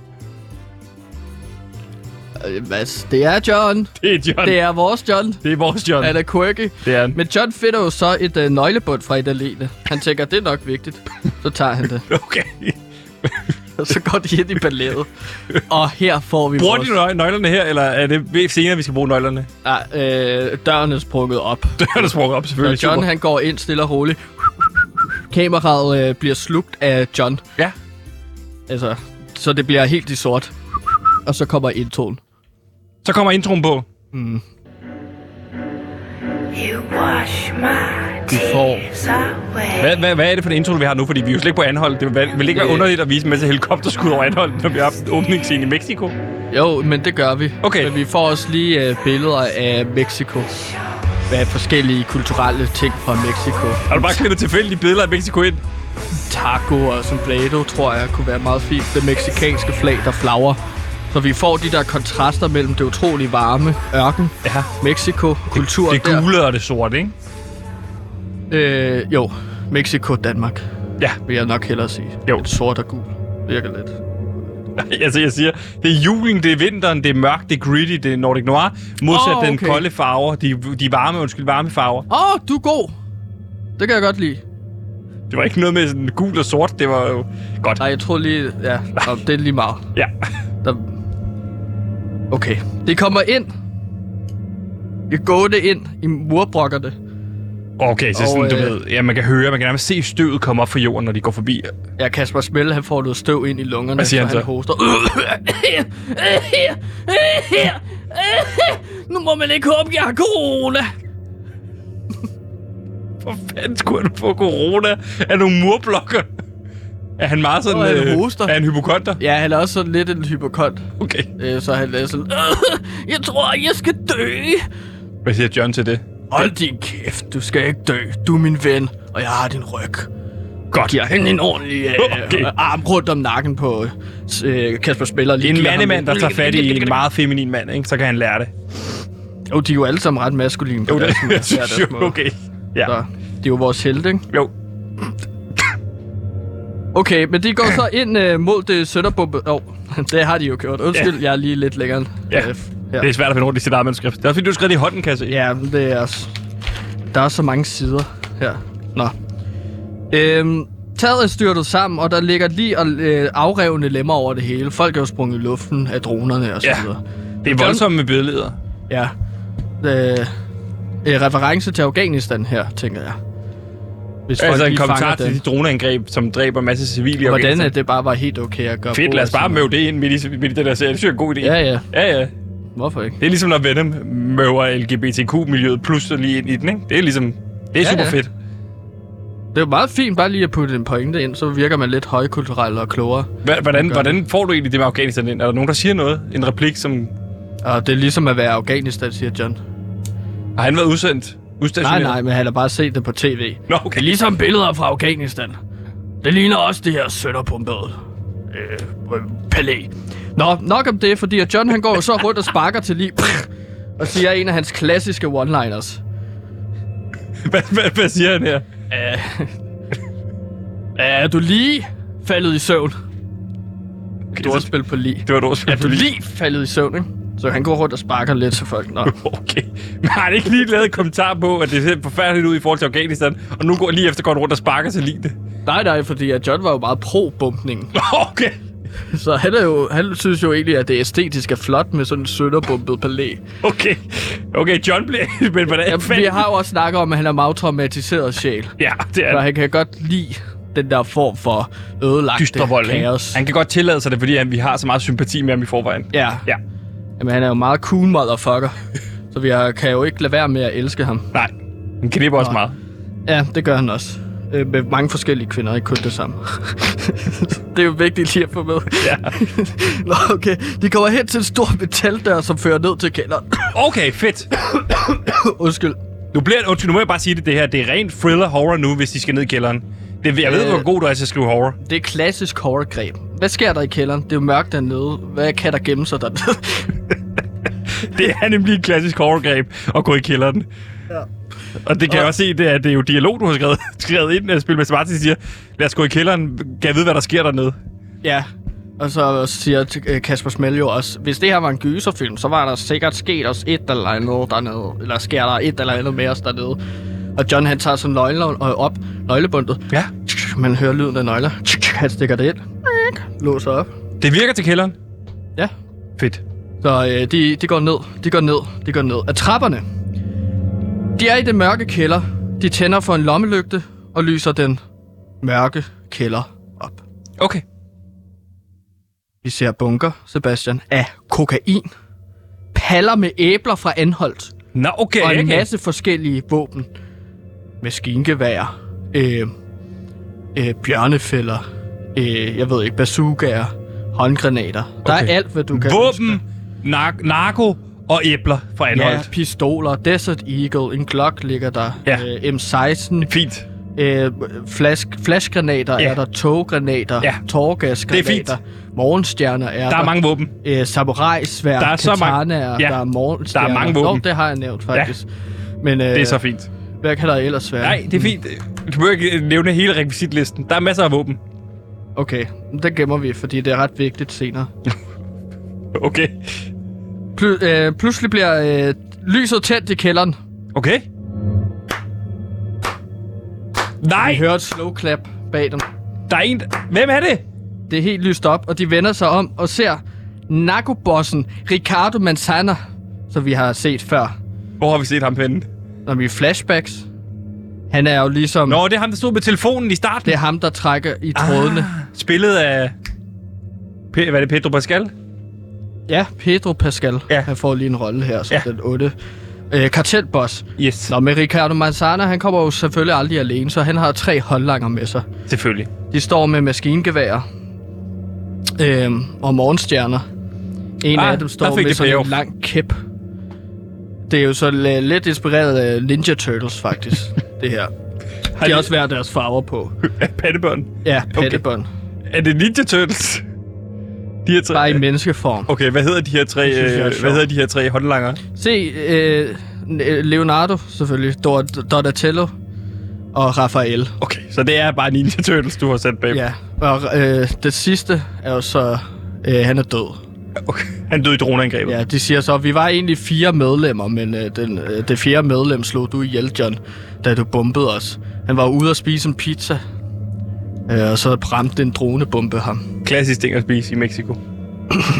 Speaker 2: Det er John.
Speaker 1: Det er John.
Speaker 2: Det er vores John.
Speaker 1: Det er vores John.
Speaker 2: Han er quirky.
Speaker 1: Det er han.
Speaker 2: Men John finder jo så et nøglebånd fra Idalene. Han tænker, det er nok vigtigt. Så tager han det.
Speaker 1: Okay.
Speaker 2: Og så går de ind i ballettet. Og her får vi
Speaker 1: Bruger de nøglerne her, eller er det senere, vi skal bruge nøglerne?
Speaker 2: Ja, døren er sprunget op.
Speaker 1: Døren er sprunget op, selvfølgelig.
Speaker 2: Så John, han går ind stille og roligt. Kameraet bliver slugt af John.
Speaker 1: Ja.
Speaker 2: Altså, så det bliver helt i sort. Og så kommer introen.
Speaker 1: Så kommer introen på.
Speaker 2: Mm.
Speaker 4: You wash my tears away.
Speaker 1: Hvad er det for en intro, vi har nu? Fordi vi er jo slet ikke på Anholt. Det vil ikke være underligt at vise en masse helikopterskud over Anholt, når vi har haft en åbningsscene i Mexico.
Speaker 2: Jo, men det gør vi.
Speaker 1: Okay.
Speaker 2: Men vi får også lige billeder af Mexico. Af forskellige kulturelle ting fra Mexico.
Speaker 1: Har du bare klippet tilfældige billeder af Mexico ind?
Speaker 2: Taco og sombrero, tror jeg, kunne være meget fint. Det mexikanske flag, der flagrer. Så vi får de der kontraster mellem det utrolig varme ørken,
Speaker 1: ja.
Speaker 2: Mexico, kultur
Speaker 1: det
Speaker 2: der.
Speaker 1: Det gule og det sorte, ikke?
Speaker 2: Jo. Mexico, Danmark.
Speaker 1: Ja.
Speaker 2: Vil jeg nok hellere sige.
Speaker 1: Jo.
Speaker 2: Et sort og gul virker lidt.
Speaker 1: Altså, jeg siger, det er julen, det er vinteren, det er mørkt, det er gritty, det er Nordic Noir. Modsat den kolde farver, de varme farver.
Speaker 2: Du er god. Det kan jeg godt lide.
Speaker 1: Det var ikke noget med sådan gul og sort, det var jo godt.
Speaker 2: Nej, jeg tror lige, ja, det er lige meget.
Speaker 1: Ja.
Speaker 2: Okay, de kommer ind. Vi går det ind i murbrokkerne.
Speaker 1: Okay, så sådan, du ved, ja, man kan høre, man kan nærmest se støvet komme op fra jorden, når de går forbi.
Speaker 2: Ja, Kasper Smelle, han får noget støv ind i lungerne.
Speaker 1: Hvad siger han så?
Speaker 2: Han hoster. Nu må man ikke håbe, jeg har corona.
Speaker 1: Hvor fanden skulle han få corona? Er nogle murblokker? Er han meget sådan...
Speaker 2: Er
Speaker 1: han hypokonter?
Speaker 2: Ja, han er også sådan lidt en hypokont.
Speaker 1: Okay.
Speaker 2: Så han er sådan... jeg tror, jeg skal dø.
Speaker 1: Hvad siger John til det?
Speaker 2: Hold din kæft, du skal ikke dø. Du er min ven, og jeg har din ryg.
Speaker 1: Godt.
Speaker 2: Giver han en ordentlig arm rundt om nakken på Kasper Spiller.
Speaker 1: En mandemand, der tager fat i en meget feminin mand, ikke? Så kan han lære det.
Speaker 2: Jo, de er jo alle sammen ret maskuline.
Speaker 1: Jo, det synes jeg. Okay. Ja.
Speaker 2: Så, det er jo vores helte, ikke?
Speaker 1: Jo.
Speaker 2: Okay, men de går så ind mod det sønderbombe... det har de jo gjort. Undskyld, jeg er lige lidt længere.
Speaker 1: Ja, det er svært at finde rundt i sit eget manuskript. Det er fordi, du skrev det i hånden, kan jeg se.
Speaker 2: Ja, det er også... Der er så mange sider her. Nå. Taget er styrtet sammen, og der ligger lige afrevne lemmer over det hele. Folk er jo sprunget i luften af dronerne og så videre.
Speaker 1: Det er voldsomt med billeder.
Speaker 2: Ja. reference til Afghanistan her, tænker jeg.
Speaker 1: Hvis altså en kommentar til de droneangreb, som dræber en masse civile.
Speaker 2: Hvordan det bare var helt okay at gøre.
Speaker 1: Fedt, lad os bare møve det ind midt i det der serie. Det synes jeg er en god idé.
Speaker 2: Ja. Hvorfor ikke?
Speaker 1: Det er ligesom, når Venom møver LGBTQ-miljøet pludselig ind i den, ikke? Det er ligesom... Det er super fedt.
Speaker 2: Det er jo meget fint bare lige at putte en pointe ind, så virker man lidt højkulturel og klogere.
Speaker 1: Hvordan får du egentlig det med Afghanistan ind? Er der nogen, der siger noget? En replik, som...
Speaker 2: Det er ligesom at være Afghanistan, siger John.
Speaker 1: Har han været udsendt?
Speaker 2: Nej, men han har bare set det på tv.
Speaker 1: Nå, okay.
Speaker 2: Det er ligesom billeder fra Afghanistan. Det ligner også det her sønderpumpede palæ. Nå, nok om det, fordi John han går så rundt og sparker til lige og siger en af hans klassiske one-liners.
Speaker 1: Hvad siger han her?
Speaker 2: Er du lige faldet i søvn?
Speaker 1: Okay,
Speaker 2: du har spillet på lige.
Speaker 1: Det var et ordspil.
Speaker 2: Er du lige faldet i søvn, ikke? Så han går rundt og sparker lidt til folk. Nå.
Speaker 1: Okay. Men har han ikke lige lavet et kommentar på, at det ser forfærdeligt ud i forhold til Afghanistan, og nu går lige efter rundt og sparker til lige det?
Speaker 2: Nej, fordi John var jo meget pro-bumpningen.
Speaker 1: Okay.
Speaker 2: Så han synes jo egentlig, at det æstetisk er flot med sådan en sønderbumpet palæ.
Speaker 1: Okay, John blev... Men hvordan...
Speaker 2: Vi har jo også snakket om, at han er meget traumatiseret sjæl.
Speaker 1: Ja, det er
Speaker 2: så han kan godt lide den der form for ødelagte kaos.
Speaker 1: Han kan godt tillade sig det, fordi vi har så meget sympati med ham i forvejen.
Speaker 2: Ja. Jamen, han er jo meget cool motherfucker. Så vi kan jo ikke lade være med at elske ham.
Speaker 1: Nej, han knipper også meget.
Speaker 2: Ja, det gør han også. Med mange forskellige kvinder, ikke kun det samme. Det er jo vigtigt lige at få med.
Speaker 1: Ja.
Speaker 2: Nå, okay. De kommer hen til en stor metaldør, som fører ned til kælderen.
Speaker 1: Okay, fedt.
Speaker 2: Undskyld.
Speaker 1: Nu må jeg bare sige det her. Det er rent thriller-horror nu, hvis de skal ned i kælderen. Jeg ved, hvor god du er til at skrive horror.
Speaker 2: Det er klassisk horror-greb. Hvad sker der i kælderen? Det er jo mørkt dernede. Hvad kan der gemme sig dernede?
Speaker 1: Det er nemlig et klassisk horror-greb at gå i kælderen. Ja. Og det kan jeg også se, det er jo dialog, du har skrevet ind, at Spil med Martin siger, lad os gå i kælderen, kan jeg vide, hvad der sker dernede? Ja,
Speaker 2: og så siger Kasper Smell jo også, hvis det her var en gyserfilm, så var der sikkert sket os et eller andet dernede, eller sker der et eller andet med os dernede. Og John han tager sådan nøglebundet.
Speaker 1: Ja.
Speaker 2: Man hører lyden af nøgler. Han stikker det ind. Låser op.
Speaker 1: Det virker til kælderen?
Speaker 2: Ja.
Speaker 1: Fedt.
Speaker 2: Så de går ned. Af trapperne. De er i den mørke kælder. De tænder for en lommelygte og lyser den mørke kælder op.
Speaker 1: Okay.
Speaker 2: Vi ser bunker, Sebastian, af kokain. Paller med æbler fra Anholt.
Speaker 1: Nå, okay.
Speaker 2: Og en masse forskellige våben. Maskingevær. Bjørnefælder. Jeg ved ikke, bazookaer. Håndgranater. Okay. Der er alt, hvad du kan
Speaker 1: våben, narko og æbler fra Anholt.
Speaker 2: Ja, pistoler, Desert Eagle, en Glock ligger der. Ja. M16.
Speaker 1: Fint.
Speaker 2: Flashgranater er der, toggranater, tårgasgranater, morgenstjerner er der.
Speaker 1: Der er mange våben.
Speaker 2: Samurai-sværd, katanaer, der er morgenstjerner.
Speaker 1: Der er mange våben.
Speaker 2: Det har jeg nævnt, faktisk.
Speaker 1: Ja. Men, det er så fint.
Speaker 2: Hvad kan der ellers være?
Speaker 1: Nej, det er fint. Du må ikke nævne hele rekvisitlisten. Der er masser af våben.
Speaker 2: Okay, den gemmer vi, fordi det er ret vigtigt senere.
Speaker 1: Okay.
Speaker 2: Pludselig bliver lyset tændt i kælderen.
Speaker 1: Okay. Nej!
Speaker 2: Vi hører et slow clap bag dem.
Speaker 1: Der er en... Hvem er det?
Speaker 2: Det er helt lyst op, og de vender sig om og ser narkobossen Ricardo Manzana, som vi har set før.
Speaker 1: Hvor har vi set ham henne?
Speaker 2: Når vi flashbacks. Han er jo ligesom...
Speaker 1: Nå, det er ham, der stod med telefonen i starten.
Speaker 2: Det er ham, der trækker i trådene.
Speaker 1: Spillet af... Hvad er det, Pedro Pascal?
Speaker 2: Ja, Pedro Pascal. Ja. Han får lige en rolle her, som den 8. Kartelboss.
Speaker 1: Yes.
Speaker 2: Nå, med Ricardo Manzana, han kommer jo selvfølgelig aldrig alene, så han har 3 håndlanger med sig.
Speaker 1: Selvfølgelig.
Speaker 2: De står med maskingeværer og morgenstjerner. En af dem står med sådan en lang kæp. Det er jo så lidt inspireret af Ninja Turtles, faktisk, det her. De har også hver deres farver på.
Speaker 1: Pattebånd?
Speaker 2: Ja, pattebånd.
Speaker 1: Okay. Er det Ninja Turtles?
Speaker 2: De her 3... Bare i menneskeform.
Speaker 1: Okay, hvad hedder de her 3 håndlanger?
Speaker 2: Se, Leonardo selvfølgelig, Donatello og Raphael.
Speaker 1: Okay, så det er bare Ninja Turtles, du har sat bag.
Speaker 2: Ja, og det sidste er jo så, han er død.
Speaker 1: Okay, han døde i droneangrebet.
Speaker 2: Ja, de siger så, at vi var egentlig 4 medlemmer, men det 4. medlem slog du ihjel, John, da du bombede os. Han var ude at spise en pizza, og så brændte en dronebombe ham.
Speaker 1: Klassisk ting at spise i Mexico.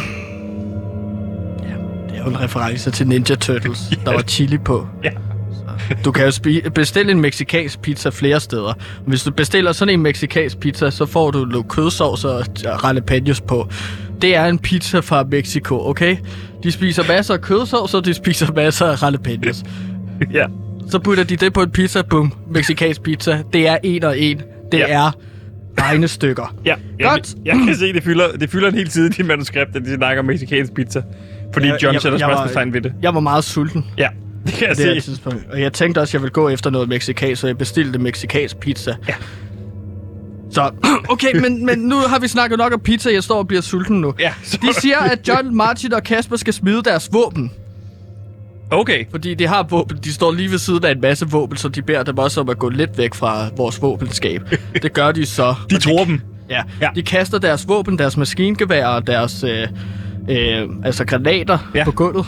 Speaker 2: Ja, det er jo en reference til Ninja Turtles, der var chili på.
Speaker 1: Ja.
Speaker 2: Så. Du kan jo bestille en mexicansk pizza flere steder. Hvis du bestiller sådan en mexicansk pizza, så får du noget kødsovs og jalapenos på. Det er en pizza fra Mexico, okay? De spiser masser af kødsovs, og de spiser masser af jalapenos.
Speaker 1: Ja.
Speaker 2: Så putter de det på en pizza, bum, mexicansk pizza. Det er 1 og 1. Det er regnestykker.
Speaker 1: Ja,
Speaker 2: godt.
Speaker 1: Jeg kan se, det fylder en hel side i dit manuskript, at de snakker om mexicansk pizza. Fordi John sætter spørgsmålstegn ved det.
Speaker 2: Jeg var meget sulten.
Speaker 1: Ja, det kan jeg se.
Speaker 2: Tidspunkt. Og jeg tænkte også, at jeg ville gå efter noget mexicansk, så jeg bestilte mexicansk pizza.
Speaker 1: Ja.
Speaker 2: Så, okay, men nu har vi snakket nok om pizza. Jeg står og bliver sulten nu.
Speaker 1: Ja,
Speaker 2: de siger, at John, Martin og Kasper skal smide deres våben.
Speaker 1: Okay.
Speaker 2: Fordi de har våben. De står lige ved siden af en masse våben, så de beder dem også om at gå lidt væk fra vores våbenskab. Det gør de så.
Speaker 1: De tror dem.
Speaker 2: Ja, de kaster deres våben, deres maskingevær og deres granater på gulvet.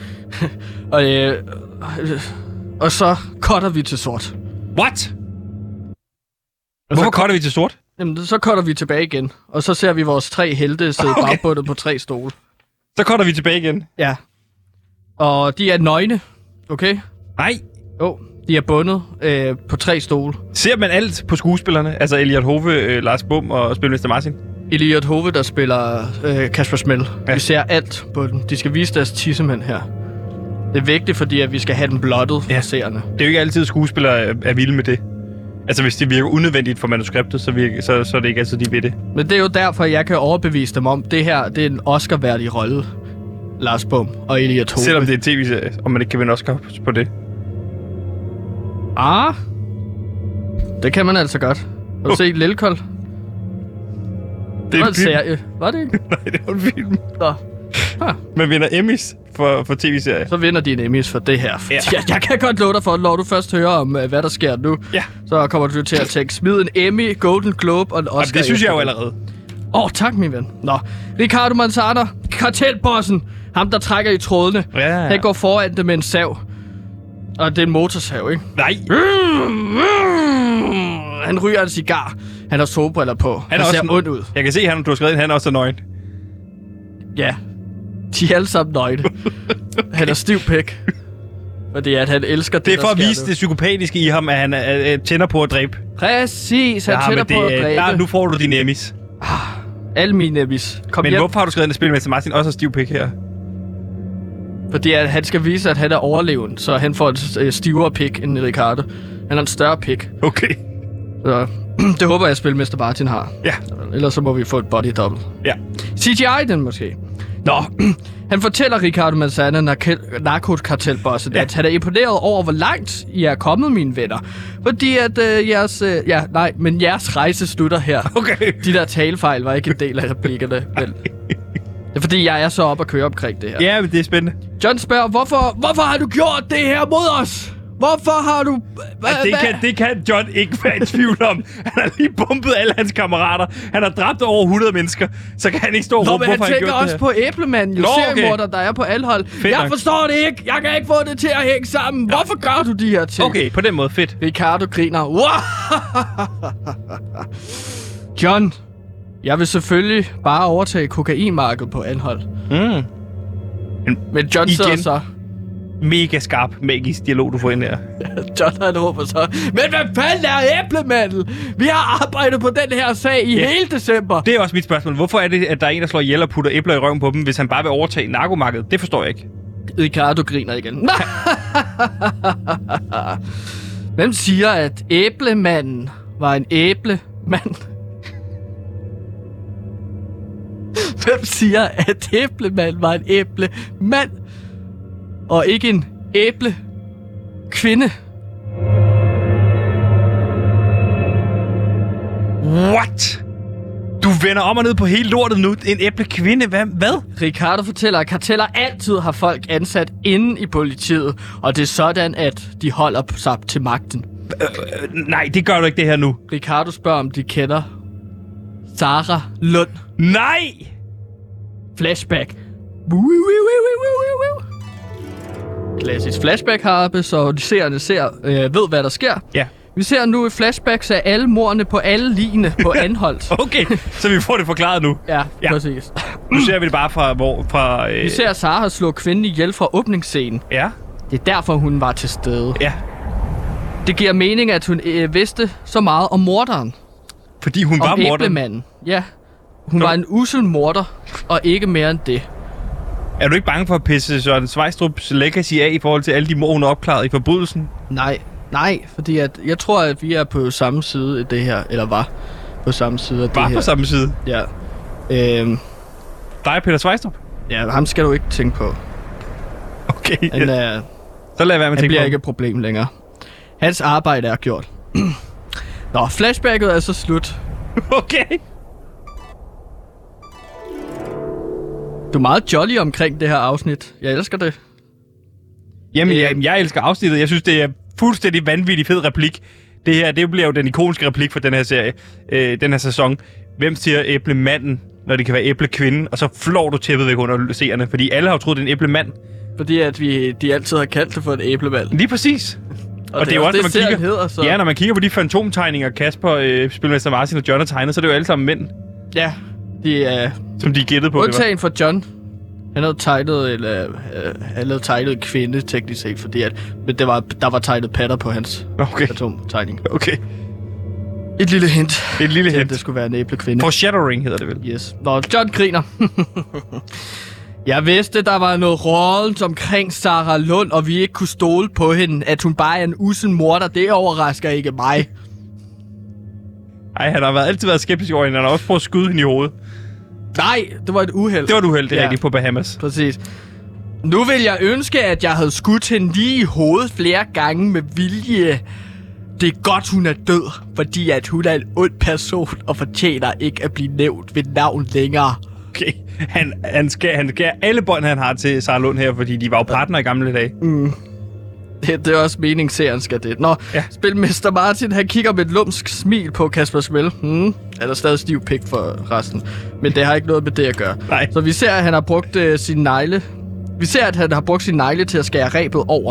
Speaker 2: og så cutter vi til sort.
Speaker 1: What? Hvorfor cutter vi til sort?
Speaker 2: Jamen, så cutter vi tilbage igen. Og så ser vi vores 3 helte sidde bagbundet på 3 stole.
Speaker 1: Så cutter vi tilbage igen?
Speaker 2: Ja. Og de er nøgne, okay?
Speaker 1: Nej.
Speaker 2: Jo, de er bundet på 3 stole.
Speaker 1: Ser man alt på skuespillerne? Altså Elliot Hove, Lars Bum og Spilmester Martin?
Speaker 2: Elliot Hove, der spiller Kasper Schmel. Ja. Vi ser alt på dem. De skal vise deres tissemænd her. Det er vigtigt, fordi at vi skal have den blottet for seerne. Det
Speaker 1: er jo ikke altid, skuespillere er vilde med det. Altså, hvis det virker unødvendigt for manuskriptet, så er det ikke altid, de ved det.
Speaker 2: Men det er jo derfor, jeg kan overbevise dem om, det her det er en Oscar-værdig rolle. Lars Bum og Elliot Hove.
Speaker 1: Selvom det er en tv-serie, og man ikke kan vinde Oscar på det.
Speaker 2: Det kan man altså godt. Har du set Lillekold?
Speaker 1: Det var en
Speaker 2: serie. Var det ikke?
Speaker 1: Nej, det var en film.
Speaker 2: Nå.
Speaker 1: Man vinder Emmys for tv-serier.
Speaker 2: Så vinder de en Emmys for det her. Ja. Jeg kan godt love dig for, når du først hører om, hvad der sker nu, så kommer du til at tænke, smid en Emmy, Golden Globe og en Oscar.
Speaker 1: Det synes jeg jo allerede.
Speaker 2: Tak, min ven. Nå, Ricardo Manzana, kartelbossen, ham der trækker i trådene. Han går foran det med en sav. Og det er en motorsav, ikke?
Speaker 1: Nej.
Speaker 2: Han ryger en cigar. Han har solbriller på. Han ser ond ud.
Speaker 1: Jeg kan se, du har skrevet ind, han er også nøgen.
Speaker 2: Ja. De er alle sammen nøgne. Han er stiv pæk. Fordi at han elsker det,
Speaker 1: det er for at vise det psykopatiske i ham, at han tænder på at dræbe.
Speaker 2: Præcis, han tænder på at dræbe.
Speaker 1: Ja, nu får du din Emmys.
Speaker 2: Alle mine Emmys.
Speaker 1: Men hvorfor har du skrevet ind, at Spilmester Martin også har stiv pæk her?
Speaker 2: Fordi at han skal vise, at han er overlevende, så han får et stivere pik end Ricardo. Han har en større pik.
Speaker 1: Okay.
Speaker 2: Så det håber jeg, at Spilmester Martin har.
Speaker 1: Ja.
Speaker 2: Ellers så må vi få et body double.
Speaker 1: Ja.
Speaker 2: CGI den måske. Nå, han fortæller Ricardo Manzana, narkokartelbossen, at han er imponeret over, hvor langt I er kommet, mine venner. Fordi at jeres rejse slutter her.
Speaker 1: Okay.
Speaker 2: De der talefejl var ikke en del af replikkerne. Det er fordi, jeg er så op at køre omkring det her.
Speaker 1: Ja, men det er spændende.
Speaker 2: John spørger, hvorfor har du gjort det her mod os? Hvorfor har du...
Speaker 1: Det kan John ikke være i tvivl om. Han har lige bumpet alle hans kammerater. Han har dræbt over 100 mennesker. Så kan han ikke stå og råbe, hvorfor han gjort det her.
Speaker 2: han tænker også på Æblemanden, seriemorder, der er på Anholt. Jeg forstår det ikke. Jeg kan ikke få det til at hænge sammen. Hvorfor gør du de her ting?
Speaker 1: Okay, på den måde. Fedt.
Speaker 2: Ricardo griner. John, jeg vil selvfølgelig bare overtage kokainmarkedet på Anholt. Men John sidder så...
Speaker 1: Mega skarp, magisk dialog, du får ind her.
Speaker 2: John, han råber så, men hvad fanden er Æblemanden? Vi har arbejdet på den her sag i hele december.
Speaker 1: Det er også mit spørgsmål. Hvorfor er det, at der er en, der slår ihjel og putter æbler i røven på dem, hvis han bare vil overtage narkomarkedet? Det forstår jeg ikke.
Speaker 2: Ricardo griner igen. Hvem siger, at Æblemanden var en æblemand? Hvem siger, at Æblemanden var en æblemand? Og ikke en æble-kvinde.
Speaker 1: What? Du vender om og ned på hele lortet nu. En æble-kvinde? Hvad?
Speaker 2: Ricardo fortæller, at karteller altid har folk ansat inde i politiet. Og det er sådan, at de holder sig til magten.
Speaker 1: Nej, det gør du ikke det her nu.
Speaker 2: Ricardo spørger, om de kender Sarah Lund.
Speaker 1: Nej!
Speaker 2: Flashback. Klassisk flashback-harpe, så de seerne ved, hvad der sker.
Speaker 1: Ja.
Speaker 2: Vi ser nu et flashback af alle mordene på alle ligene på Anholt.
Speaker 1: Okay, så vi får det forklaret nu.
Speaker 2: Ja, præcis.
Speaker 1: Nu ser vi det bare fra...
Speaker 2: Vi ser Sarah slå kvinden ihjel fra åbningsscenen.
Speaker 1: Ja.
Speaker 2: Det er derfor, hun var til stede.
Speaker 1: Ja.
Speaker 2: Det giver mening, at hun vidste så meget om morderen.
Speaker 1: Fordi hun var
Speaker 2: morderen? Om æblemanden. Ja. Hun var en usel morder, og ikke mere end det.
Speaker 1: Er du ikke bange for at pisse Søren Sveistrups legacy af i forhold til alle de mord, hun har opklaret i forbrydelsen?
Speaker 2: Nej, fordi jeg tror, at vi er på samme side af det her, eller var på samme side af det her.
Speaker 1: Var på samme side?
Speaker 2: Ja.
Speaker 1: Dig, Peter Sveistrup?
Speaker 2: Ja, ham skal du ikke tænke på.
Speaker 1: Okay.
Speaker 2: Så lad være med at tænke på. Han bliver ikke et problem længere. Hans arbejde er gjort. Nå, flashbacket er så slut.
Speaker 1: Okay.
Speaker 2: Du er meget jolly omkring det her afsnit. Jeg elsker det.
Speaker 1: Jamen, jeg elsker afsnittet. Jeg synes, det er fuldstændig vanvittig fed replik. Det her, det bliver jo den ikoniske replik for den her serie, den her sæson. Hvem siger æblemanden, når det kan være æblekvinden? Og så flår du tæppet væk under seerne, fordi alle har jo troet, det er en æblemand.
Speaker 2: Fordi at de altid har kaldt det for en æblemand.
Speaker 1: Lige præcis. Og det er også, når man kigger, så... Ja, når man kigger på de fantomtegninger, Kasper, Spilmester Martin og John har tegnet, så er det jo alle sammen mænd.
Speaker 2: Ja, de er...
Speaker 1: Som de gættede på.
Speaker 2: Undtagen for John. Han havde tegnet en kvinde, teknisk set, fordi men der var tegnet patter på hans fantomtegning.
Speaker 1: Okay.
Speaker 2: Et lille hint.
Speaker 1: Det
Speaker 2: skulle være en æblekvinde.
Speaker 1: Foreshadowing hedder det vel.
Speaker 2: Yes. Nå, John griner. Jeg vidste, der var noget rådent omkring Sarah Lund, og vi ikke kunne stole på hende. At hun bare er en usel morder, det overrasker ikke mig.
Speaker 1: Ej, han har altid været skeptisk over hende. Han har også prøvet at skyde hende i hovedet.
Speaker 2: Nej, det var et uheld.
Speaker 1: Det var et uheld, det er rigtigt, på Bahamas.
Speaker 2: Præcis. Nu vil jeg ønske, at jeg havde skudt hende lige i hovedet flere gange med vilje. Det er godt, hun er død, fordi at hun er en ond person og fortjener ikke at blive nævnt ved navn længere.
Speaker 1: Okay, han skærer alle bånd, han har til Sarah Lund her, fordi de var jo partner i gamle dage.
Speaker 2: Det er også meningen, serien skal det. Nå, ja. Spilmester Martin, han kigger med et lumsk smil på Kasper Smell. Er der stadig stiv pik for resten. Men det har ikke noget med det at gøre.
Speaker 1: Nej.
Speaker 2: Så vi ser, at han har brugt sin negle. Vi ser, at han har brugt sin negle til at skære rebet over.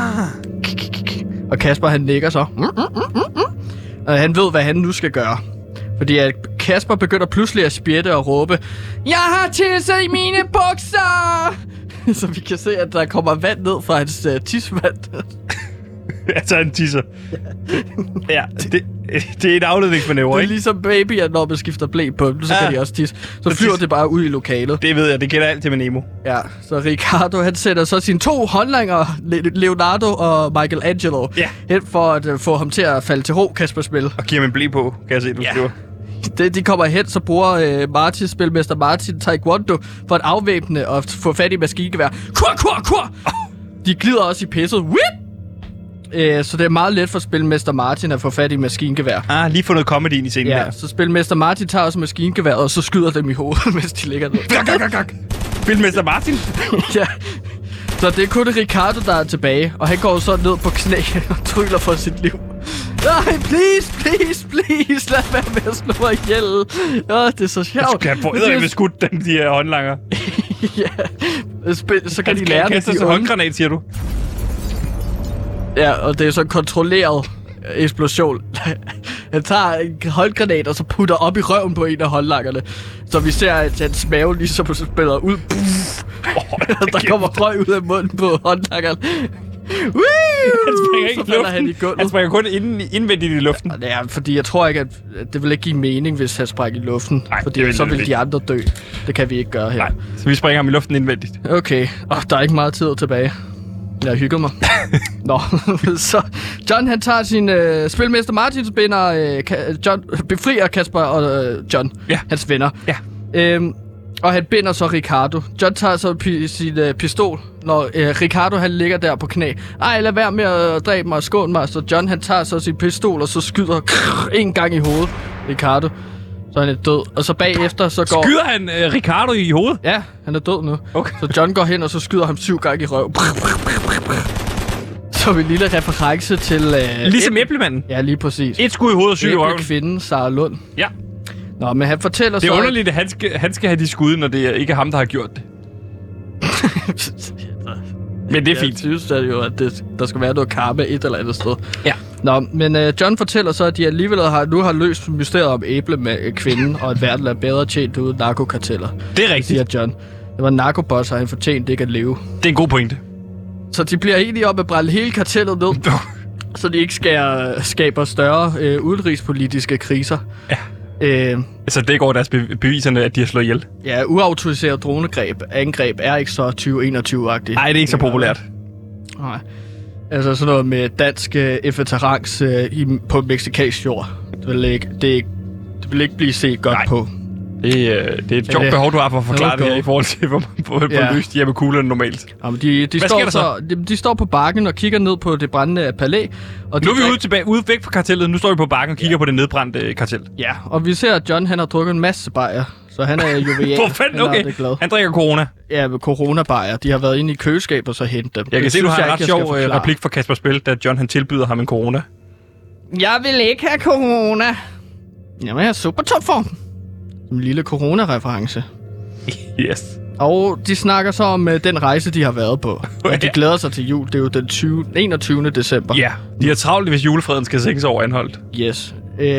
Speaker 2: Og Kasper, han nikker så. Og han ved, hvad han nu skal gøre. Fordi at Kasper begynder pludselig at spjætte og råbe, jeg har tisset i mine bukser! Så vi kan se, at der kommer vand ned fra hans tisvand.
Speaker 1: Altså en tisser. Ja, det er en afledningsmanøvre, ikke?
Speaker 2: Det er ligesom babyer, når man skifter blæ på dem, så kan de også tisse. Så flyver det bare ud i lokalet.
Speaker 1: Det ved jeg, det kender altid med Nemo.
Speaker 2: Ja, så Ricardo, han sætter så sine 2 håndlanger, Leonardo og Michelangelo, hen for at få ham til at falde til ro, Kasper Smell.
Speaker 1: Og giver ham en blæ på, kan jeg se, du skriver.
Speaker 2: De kommer hen, så bruger Spilmester Martin Taekwondo for at afvæbne og få fat i maskingevær. Kur! De glider også i pisset. Så det er meget let for Spilmester Martin at få fat i maskingevær.
Speaker 1: Lige få noget comedy ind i scenen her.
Speaker 2: Så Spilmester Martin tager også maskingeværet, og så skyder dem i hovedet, mens de ligger ned.
Speaker 1: Spilmester Martin?
Speaker 2: Ja. Så det er kun Ricardo, der er tilbage, og han går så ned på knæ og tryller for sit liv. Nej, please, lad være med at slå mig ihjel. Det er så sjovt.
Speaker 1: Du kan få med skudt dem, de her håndlanger.
Speaker 2: Ja, så kan de lære det. Han
Speaker 1: kaster sig håndgranat, siger du?
Speaker 2: Ja, og det er så en kontrolleret eksplosion. Han tager en håndgranat, og så putter op i røven på en af håndlangerne. Så vi ser, at hans mave ligesom spiller ud. Der kommer røg ud af munden på håndlangeren.
Speaker 1: Han springer ikke i luften. Han springer kun indvendigt i luften.
Speaker 2: Ja, fordi jeg tror ikke, at det vil ikke give mening, hvis han springer i luften.
Speaker 1: Nej,
Speaker 2: fordi så vil de andre dø. Det kan vi ikke gøre her.
Speaker 1: Nej, så vi springer ham i luften indvendigt.
Speaker 2: Okay, der er ikke meget tid tilbage. Jeg hygger mig. Nå, så John, han tager sin Spilmester Martins binder, John befrier Kasper og John, hans venner. Ja. Og han binder så Ricardo. John tager så sin pistol, når Ricardo han ligger der på knæ. Ej, lad være med at dræbe mig og skåne mig. Så John han tager så sin pistol, og så skyder en gang i hovedet Ricardo. Så han er død. Og så bagefter så går...
Speaker 1: Skyder han Ricardo i hovedet?
Speaker 2: Ja, han er død nu. Okay. Så John går hen, og så skyder ham 7 gange i røv. Så vi en lille reference til...
Speaker 1: ligesom æblemanden?
Speaker 2: Ja, lige præcis.
Speaker 1: 1 skud i hovedet og 7 i røven.
Speaker 2: Kvinden, Sarah Lund.
Speaker 1: Ja.
Speaker 2: Nå, men han fortæller så...
Speaker 1: Det er underligt, at han skal have de skud, når det ikke er ham, der har gjort det. Men det er fint.
Speaker 2: Jeg synes jo, at der skal være noget karma et eller andet sted.
Speaker 1: Ja.
Speaker 2: Nå, men John fortæller så, at de alligevel har løst mysteriet om æble med kvinden, og at verden er bedre tjent uden narkokarteller. Det er rigtigt. Siger John. Det var en narkoboss, og han fortjente ikke at leve.
Speaker 1: Det er en god pointe.
Speaker 2: Så de bliver enige om at brænde hele kartellet ned. Så de ikke skaber større udenrigspolitiske kriser.
Speaker 1: Ja. Så det går deres beviserne, at de har slået ihjel?
Speaker 2: Ja, uautoriseret angreb er ikke så 2021-agtigt.
Speaker 1: Nej, det er ikke så populært.
Speaker 2: Nej. Altså sådan noget med dansk efterterrans på mexikansk jord. Det vil ikke blive set godt på.
Speaker 1: Det er et sjovt behov, du har for at forklare det her i forhold til, hvor løst de er med kuglerne normalt.
Speaker 2: Jamen, de står på bakken og kigger ned på det brændende palæ. Og
Speaker 1: nu er vi ude væk fra kartellet. Nu står vi på bakken og kigger på det nedbrændte kartel.
Speaker 2: Ja, og vi ser, at John han har drukket en masse bajer. Så han er jovial.
Speaker 1: Hvor fanden? Okay. Han drikker corona.
Speaker 2: Ja, corona-bajer. De har været inde i køleskab og så hentet dem.
Speaker 1: Jeg kan se, du har en ret sjov replik fra Kasper Spil, da John han tilbyder ham en corona.
Speaker 2: Jeg vil ikke have corona. Jamen, jeg er super topform. En lille corona-reference.
Speaker 1: Yes.
Speaker 2: Og de snakker så om den rejse, de har været på. Og de glæder sig til jul. Det er jo den 21. december.
Speaker 1: Ja, de er travlt, hvis julefreden skal sænkes over Anholt.
Speaker 2: Yes.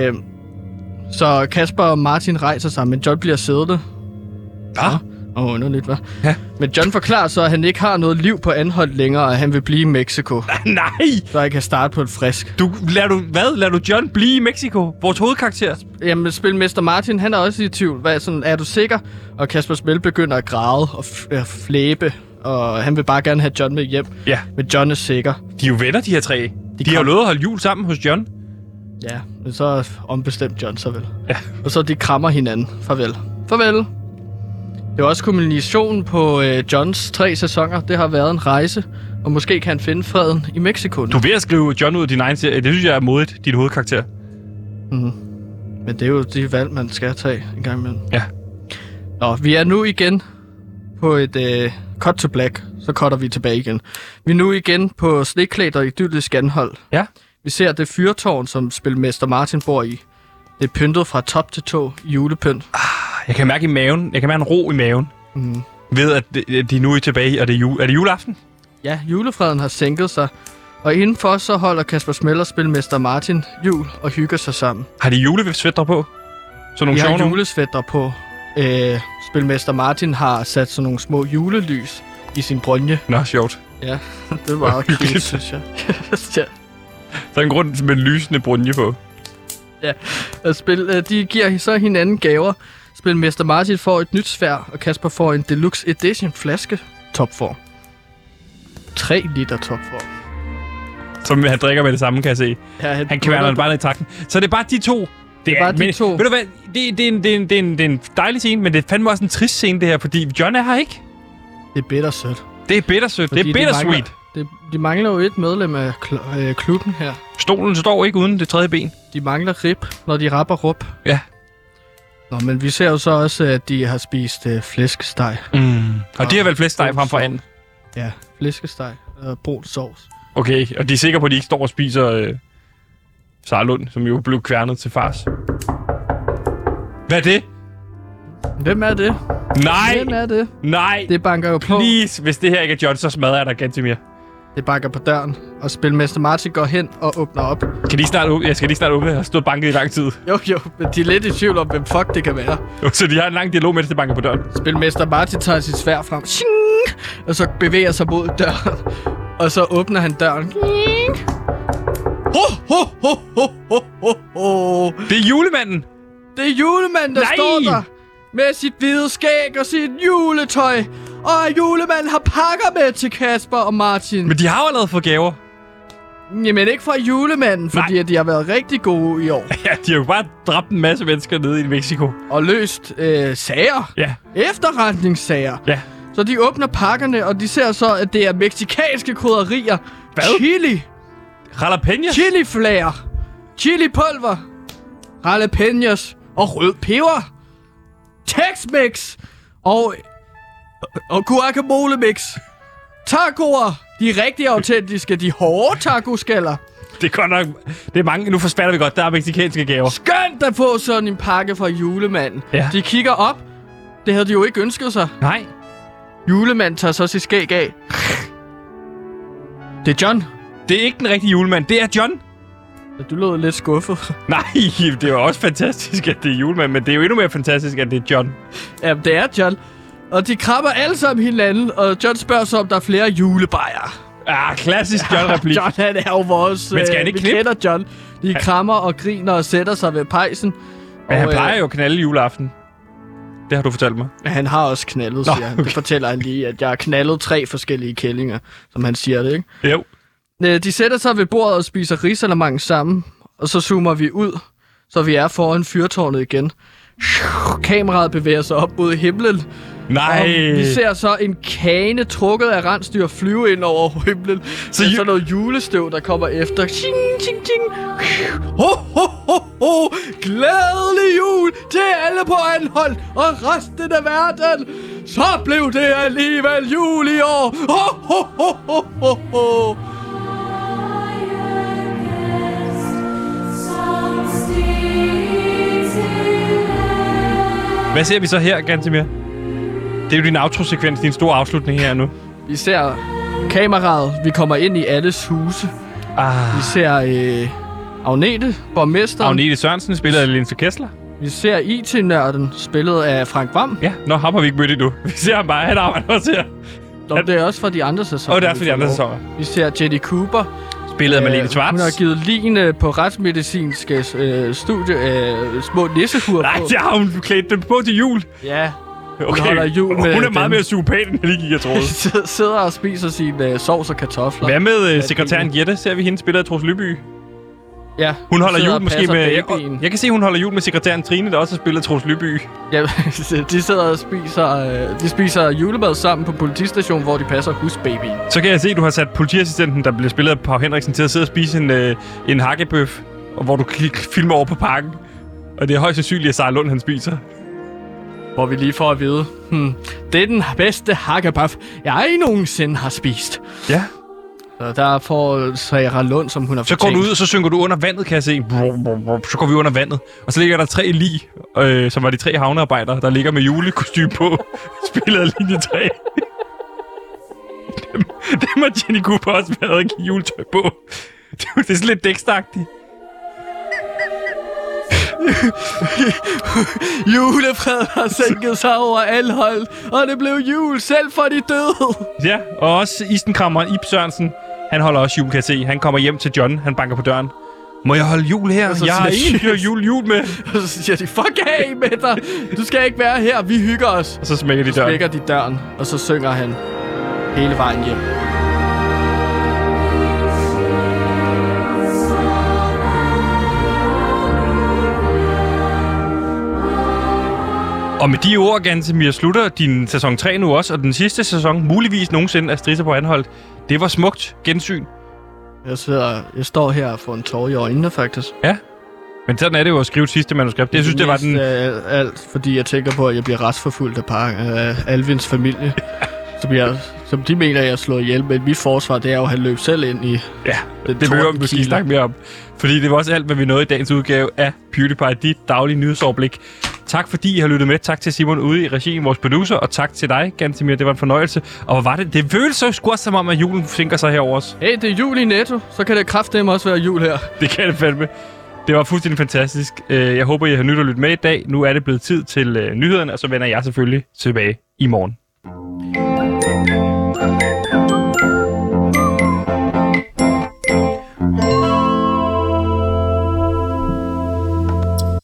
Speaker 2: Så Kasper og Martin rejser sig, men John bliver siddende. Underligt, hva'? Ja. Men John forklarer så, at han ikke har noget liv på Anholt længere, og han vil blive i Mexico.
Speaker 1: Nej!
Speaker 2: Så han kan starte på et frisk.
Speaker 1: Lader du John blive i Mexico? Vores hovedkarakter?
Speaker 2: Jamen, spilmester Martin, han er også i tvivl. Er du sikker? Og Kasper Spil begynder at græde og flæbe, og han vil bare gerne have John med hjem. Ja. Men John er sikker.
Speaker 1: De er jo venner, de her tre. De har jo lovet at holde jul sammen hos John.
Speaker 2: Ja, men så er ombestemt John så vel. Ja. Og så de krammer hinanden. Farvel. Farvel. Det er også kulminationen på Johns 3 sæsoner. Det har været en rejse, og måske kan han finde freden i Mexico.
Speaker 1: Du er ved at skrive John ud af din egen serie. Det synes jeg er modigt, dit hovedkarakter.
Speaker 2: Mm. Men det er jo de valg, man skal tage en gang imellem.
Speaker 1: Ja.
Speaker 2: Nå, vi er nu igen på et cut to black. Så cutter vi tilbage igen. Vi er nu igen på sneklædt og idyllisk Anholt.
Speaker 1: Ja.
Speaker 2: Vi ser det fyrtårn, som spilmester Martin bor i. Det er pyntet fra top til tå i julepynt.
Speaker 1: Jeg kan mærke i maven. Jeg kan mærke en ro i maven. Mm. Ved, at de nu er tilbage, og det er det juleaften?
Speaker 2: Ja, julefreden har sænket sig. Og indenfor så holder Kasper Smell og spilmester Martin jul og hygger sig sammen.
Speaker 1: Har de julesvætter på?
Speaker 2: De har julesvætter på. Spilmester Martin har sat sådan nogle små julelys i sin brønje.
Speaker 1: Nå, sjovt.
Speaker 2: Ja, det var hyggeligt, synes jeg. Ja.
Speaker 1: Så er en grund med en lysende brønje på.
Speaker 2: Ja, de giver så hinanden gaver. Spilmester Martin får et nyt sværd, og Kasper får en Deluxe Edition flaske topform. 3 liter topform.
Speaker 1: Som han drikker med det samme, kan jeg se. Ja, han kværner bare ned i takten. Så det er bare de to.
Speaker 2: Det er bare de to.
Speaker 1: Ved du hvad? Det er en dejlig scene, men det er fandme også en trist scene, det her, fordi John er her ikke.
Speaker 2: Det er bittersødt.
Speaker 1: Det er bittersødt. Det er bittersweet.
Speaker 2: De mangler jo et medlem af klubben her.
Speaker 1: Stolen står ikke uden det tredje ben.
Speaker 2: De mangler rib, når de rapper rup.
Speaker 1: Ja.
Speaker 2: Nå, men vi ser jo så også, at de har spist flæskesteg.
Speaker 1: Og de har vel flæskesteg frem for anden?
Speaker 2: Ja, flæskesteg og brun sovs.
Speaker 1: Okay, og de er sikre på, at de ikke står og spiser Sarlund, som jo blev kværnet til fars. Hvad er det?
Speaker 2: Hvem er det?
Speaker 1: Nej!
Speaker 2: Hvem er det?
Speaker 1: Nej!
Speaker 2: Det banker jo på.
Speaker 1: Please, hvis det her ikke er John, så smadrer jeg dig, Gantemir.
Speaker 2: Det banker på døren, og spilmester Martin går hen og åbner op.
Speaker 1: Skal de snart åbne? Jeg skal lige snart åbne. Jeg har stået banket i lang tid.
Speaker 2: Jo, men de er lidt i tvivl om, hvem fuck det kan være.
Speaker 1: Så de har en lang dialog med det, banker på døren.
Speaker 2: Spilmester Martin tager sit sværd frem, og så bevæger sig mod døren. Og så åbner han døren.
Speaker 1: Det er julemanden!
Speaker 2: Det er julemanden, der står der med sit hvide skæg og sit juletøj. Og julemanden har pakker med til Kasper og Martin.
Speaker 1: Men de har jo allerede fået gaver.
Speaker 2: Jamen ikke fra julemanden, fordi de har været rigtig gode i år.
Speaker 1: Ja, de har jo bare dræbt en masse mennesker nede i Mexico.
Speaker 2: Og løst sager.
Speaker 1: Ja.
Speaker 2: Efterretningssager.
Speaker 1: Ja.
Speaker 2: Så de åbner pakkerne, og de ser så, at det er mexikanske krydderier.
Speaker 1: Hvad?
Speaker 2: Chili.
Speaker 1: Jalapenos.
Speaker 2: Chiliflager. Chilipulver. Jalapenos. Og rød peber. Tex-Mex. Og guacamole mix. Tacoer. De rigtig autentiske, de hårde tacoskaller.
Speaker 1: Det er godt nok. Det er mange. Nu forspatter vi godt. Der er mexikanske gaver.
Speaker 2: Skønt at få sådan en pakke fra julemanden.
Speaker 1: Ja.
Speaker 2: De kigger op. Det havde de jo ikke ønsket sig.
Speaker 1: Nej.
Speaker 2: Julemanden tager så sit skæg af. Det er John.
Speaker 1: Det er ikke den rigtige julemand. Det er John.
Speaker 2: Du lød lidt skuffet.
Speaker 1: Nej, det er jo også fantastisk, at det er julemand, men det er jo endnu mere fantastisk, at det er John.
Speaker 2: Jamen, det er John. Og de krabber alle sammen hinanden, og John spørger så, om der er flere julebajer.
Speaker 1: Klassisk John-replik.
Speaker 2: John, han er jo vores...
Speaker 1: Men skal han ikke
Speaker 2: vi kender John. De krammer og griner og sætter sig ved pejsen.
Speaker 1: Men han plejer jo at knalde juleaften. Det har du fortalt mig.
Speaker 2: Han har også knaldet, siger han. Det fortæller han lige, at jeg har knaldet 3 forskellige kællinger, som han siger det, ikke?
Speaker 1: Jo.
Speaker 2: De sætter sig ved bordet og spiser risalamande sammen, og så zoomer vi ud, så vi er foran fyrtårnet igen. Kameraet bevæger sig op mod himlen.
Speaker 1: Nej.
Speaker 2: Og vi ser så en kane trukket af rensdyr flyve ind over himlen. Så sådan noget julestøv, der kommer efter. Ching, ching, ching. Ho, ho, ho, ho. Glædelig jul til alle på Anholt og resten af verden. Så blev det alligevel jul i år. Ho, ho, ho, ho, ho, ho.
Speaker 1: Hvad ser vi så her, Gantemir? Det er jo din outro-sekvens, din store afslutning her nu.
Speaker 2: Vi ser kameraet. Vi kommer ind i alles huse. Vi ser Agnete, borgmesteren.
Speaker 1: Agnete Sørensen, spillet af Linse Kessler.
Speaker 2: Vi ser IT-nørden, spillet af Frank Hvam.
Speaker 1: Ja, ham har vi ikke mødt endnu. Vi ser ham bare, han arbejder også her.
Speaker 2: Det er også fra de andre sæsoner.
Speaker 1: Det er fra de andre sæsoner.
Speaker 2: Vi ser Jenny Cooper.
Speaker 1: Spillet af Malene Schwartz.
Speaker 2: Hun har givet line på retsmedicinske små nissehuer på.
Speaker 1: Nej, det har hun klædt dem på til jul.
Speaker 2: Ja.
Speaker 1: Okay.
Speaker 2: Hun holder jul med
Speaker 1: hun er meget mere psykopat, end jeg lige gik og troede.
Speaker 2: Sidder og spiser sin sovs og kartofler.
Speaker 1: Hvad med sekretæren Jette? Ser vi hende spillet af Troels Lyby?
Speaker 2: Ja.
Speaker 1: Hun holder jul måske med... Jeg kan se, hun holder jul med sekretæren Trine, der også har spillet Troels Lyby.
Speaker 2: Ja, de sidder og spiser julemad sammen på politistationen, hvor de passer husbabyen.
Speaker 1: Så kan jeg se, at du har sat politiassistenten, der bliver spillet af Pau Henriksen, til at sidde og spise en hakkebøf, hvor du filmer over på pakken. Og det er højst sandsynligt, at Sarah Lund, han spiser.
Speaker 2: Hvor vi lige får at vide, det er den bedste hakkebøf, jeg nogensinde har spist.
Speaker 1: Ja.
Speaker 2: Så der får Sarah Lund, som hun har fortjent.
Speaker 1: Så går du ud, og så synker du under vandet, kan jeg se. Så går vi under vandet. Og så ligger der 3 lig, som var de 3 havnearbejdere, der ligger med julekostyme på. Spillet af linje 3. Dem har Jenny Cooper også været at give juletøj på. Det er sådan lidt dækstagtigt.
Speaker 2: Julefred har sænket sig over Anholt, og det blev jul selv for de døde.
Speaker 1: Ja, og også istenkrammeren Ib Sørensen, han holder også jul, kan jeg se. Han kommer hjem til John, han banker på døren. Må jeg holde jul her? Jeg har ingen jul med.
Speaker 2: Og så siger de, fuck af med dig. Du skal ikke være her, vi hygger os.
Speaker 1: Og så smækker de døren.
Speaker 2: Smækker de døren, og så synger han hele vejen hjem.
Speaker 1: Og med de ord, Gantemir, slutter din sæson 3 nu også, og den sidste sæson, muligvis nogensinde, af Strisser på Anholt. Det var smukt gensyn.
Speaker 2: Jeg står her og får en tår i øjnene, faktisk.
Speaker 1: Ja, men sådan er det jo at skrive et sidste manuskript. Jeg synes, det var den...
Speaker 2: Alt, fordi jeg tænker på, at jeg bliver retsforfulgt af Alvins familie. Som de mener, jeg slår ihjel, men mit forsvar, det er jo, at han løb selv ind i...
Speaker 1: Ja, det behøver vi måske snakke mere om. Fordi det var også alt, hvad vi nåede i dagens udgave af PewDiePie, dit daglige nyhedsoverblik. Tak fordi I har lyttet med. Tak til Simon ude i regien, vores producer, og tak til dig, Gantemir. Det var en fornøjelse. Og hvad var det? Det føles så sgu også som om, at julen sinker sig herover os.
Speaker 2: Hey, det er jul i Netto. Så kan det kraftedeme også være jul her.
Speaker 1: Det kan det fandme. Det var fuldstændig fantastisk. Jeg håber, I har nyt at lytte med i dag. Nu er det blevet tid til nyhederne, og så vender jeg selvfølgelig tilbage i morgen.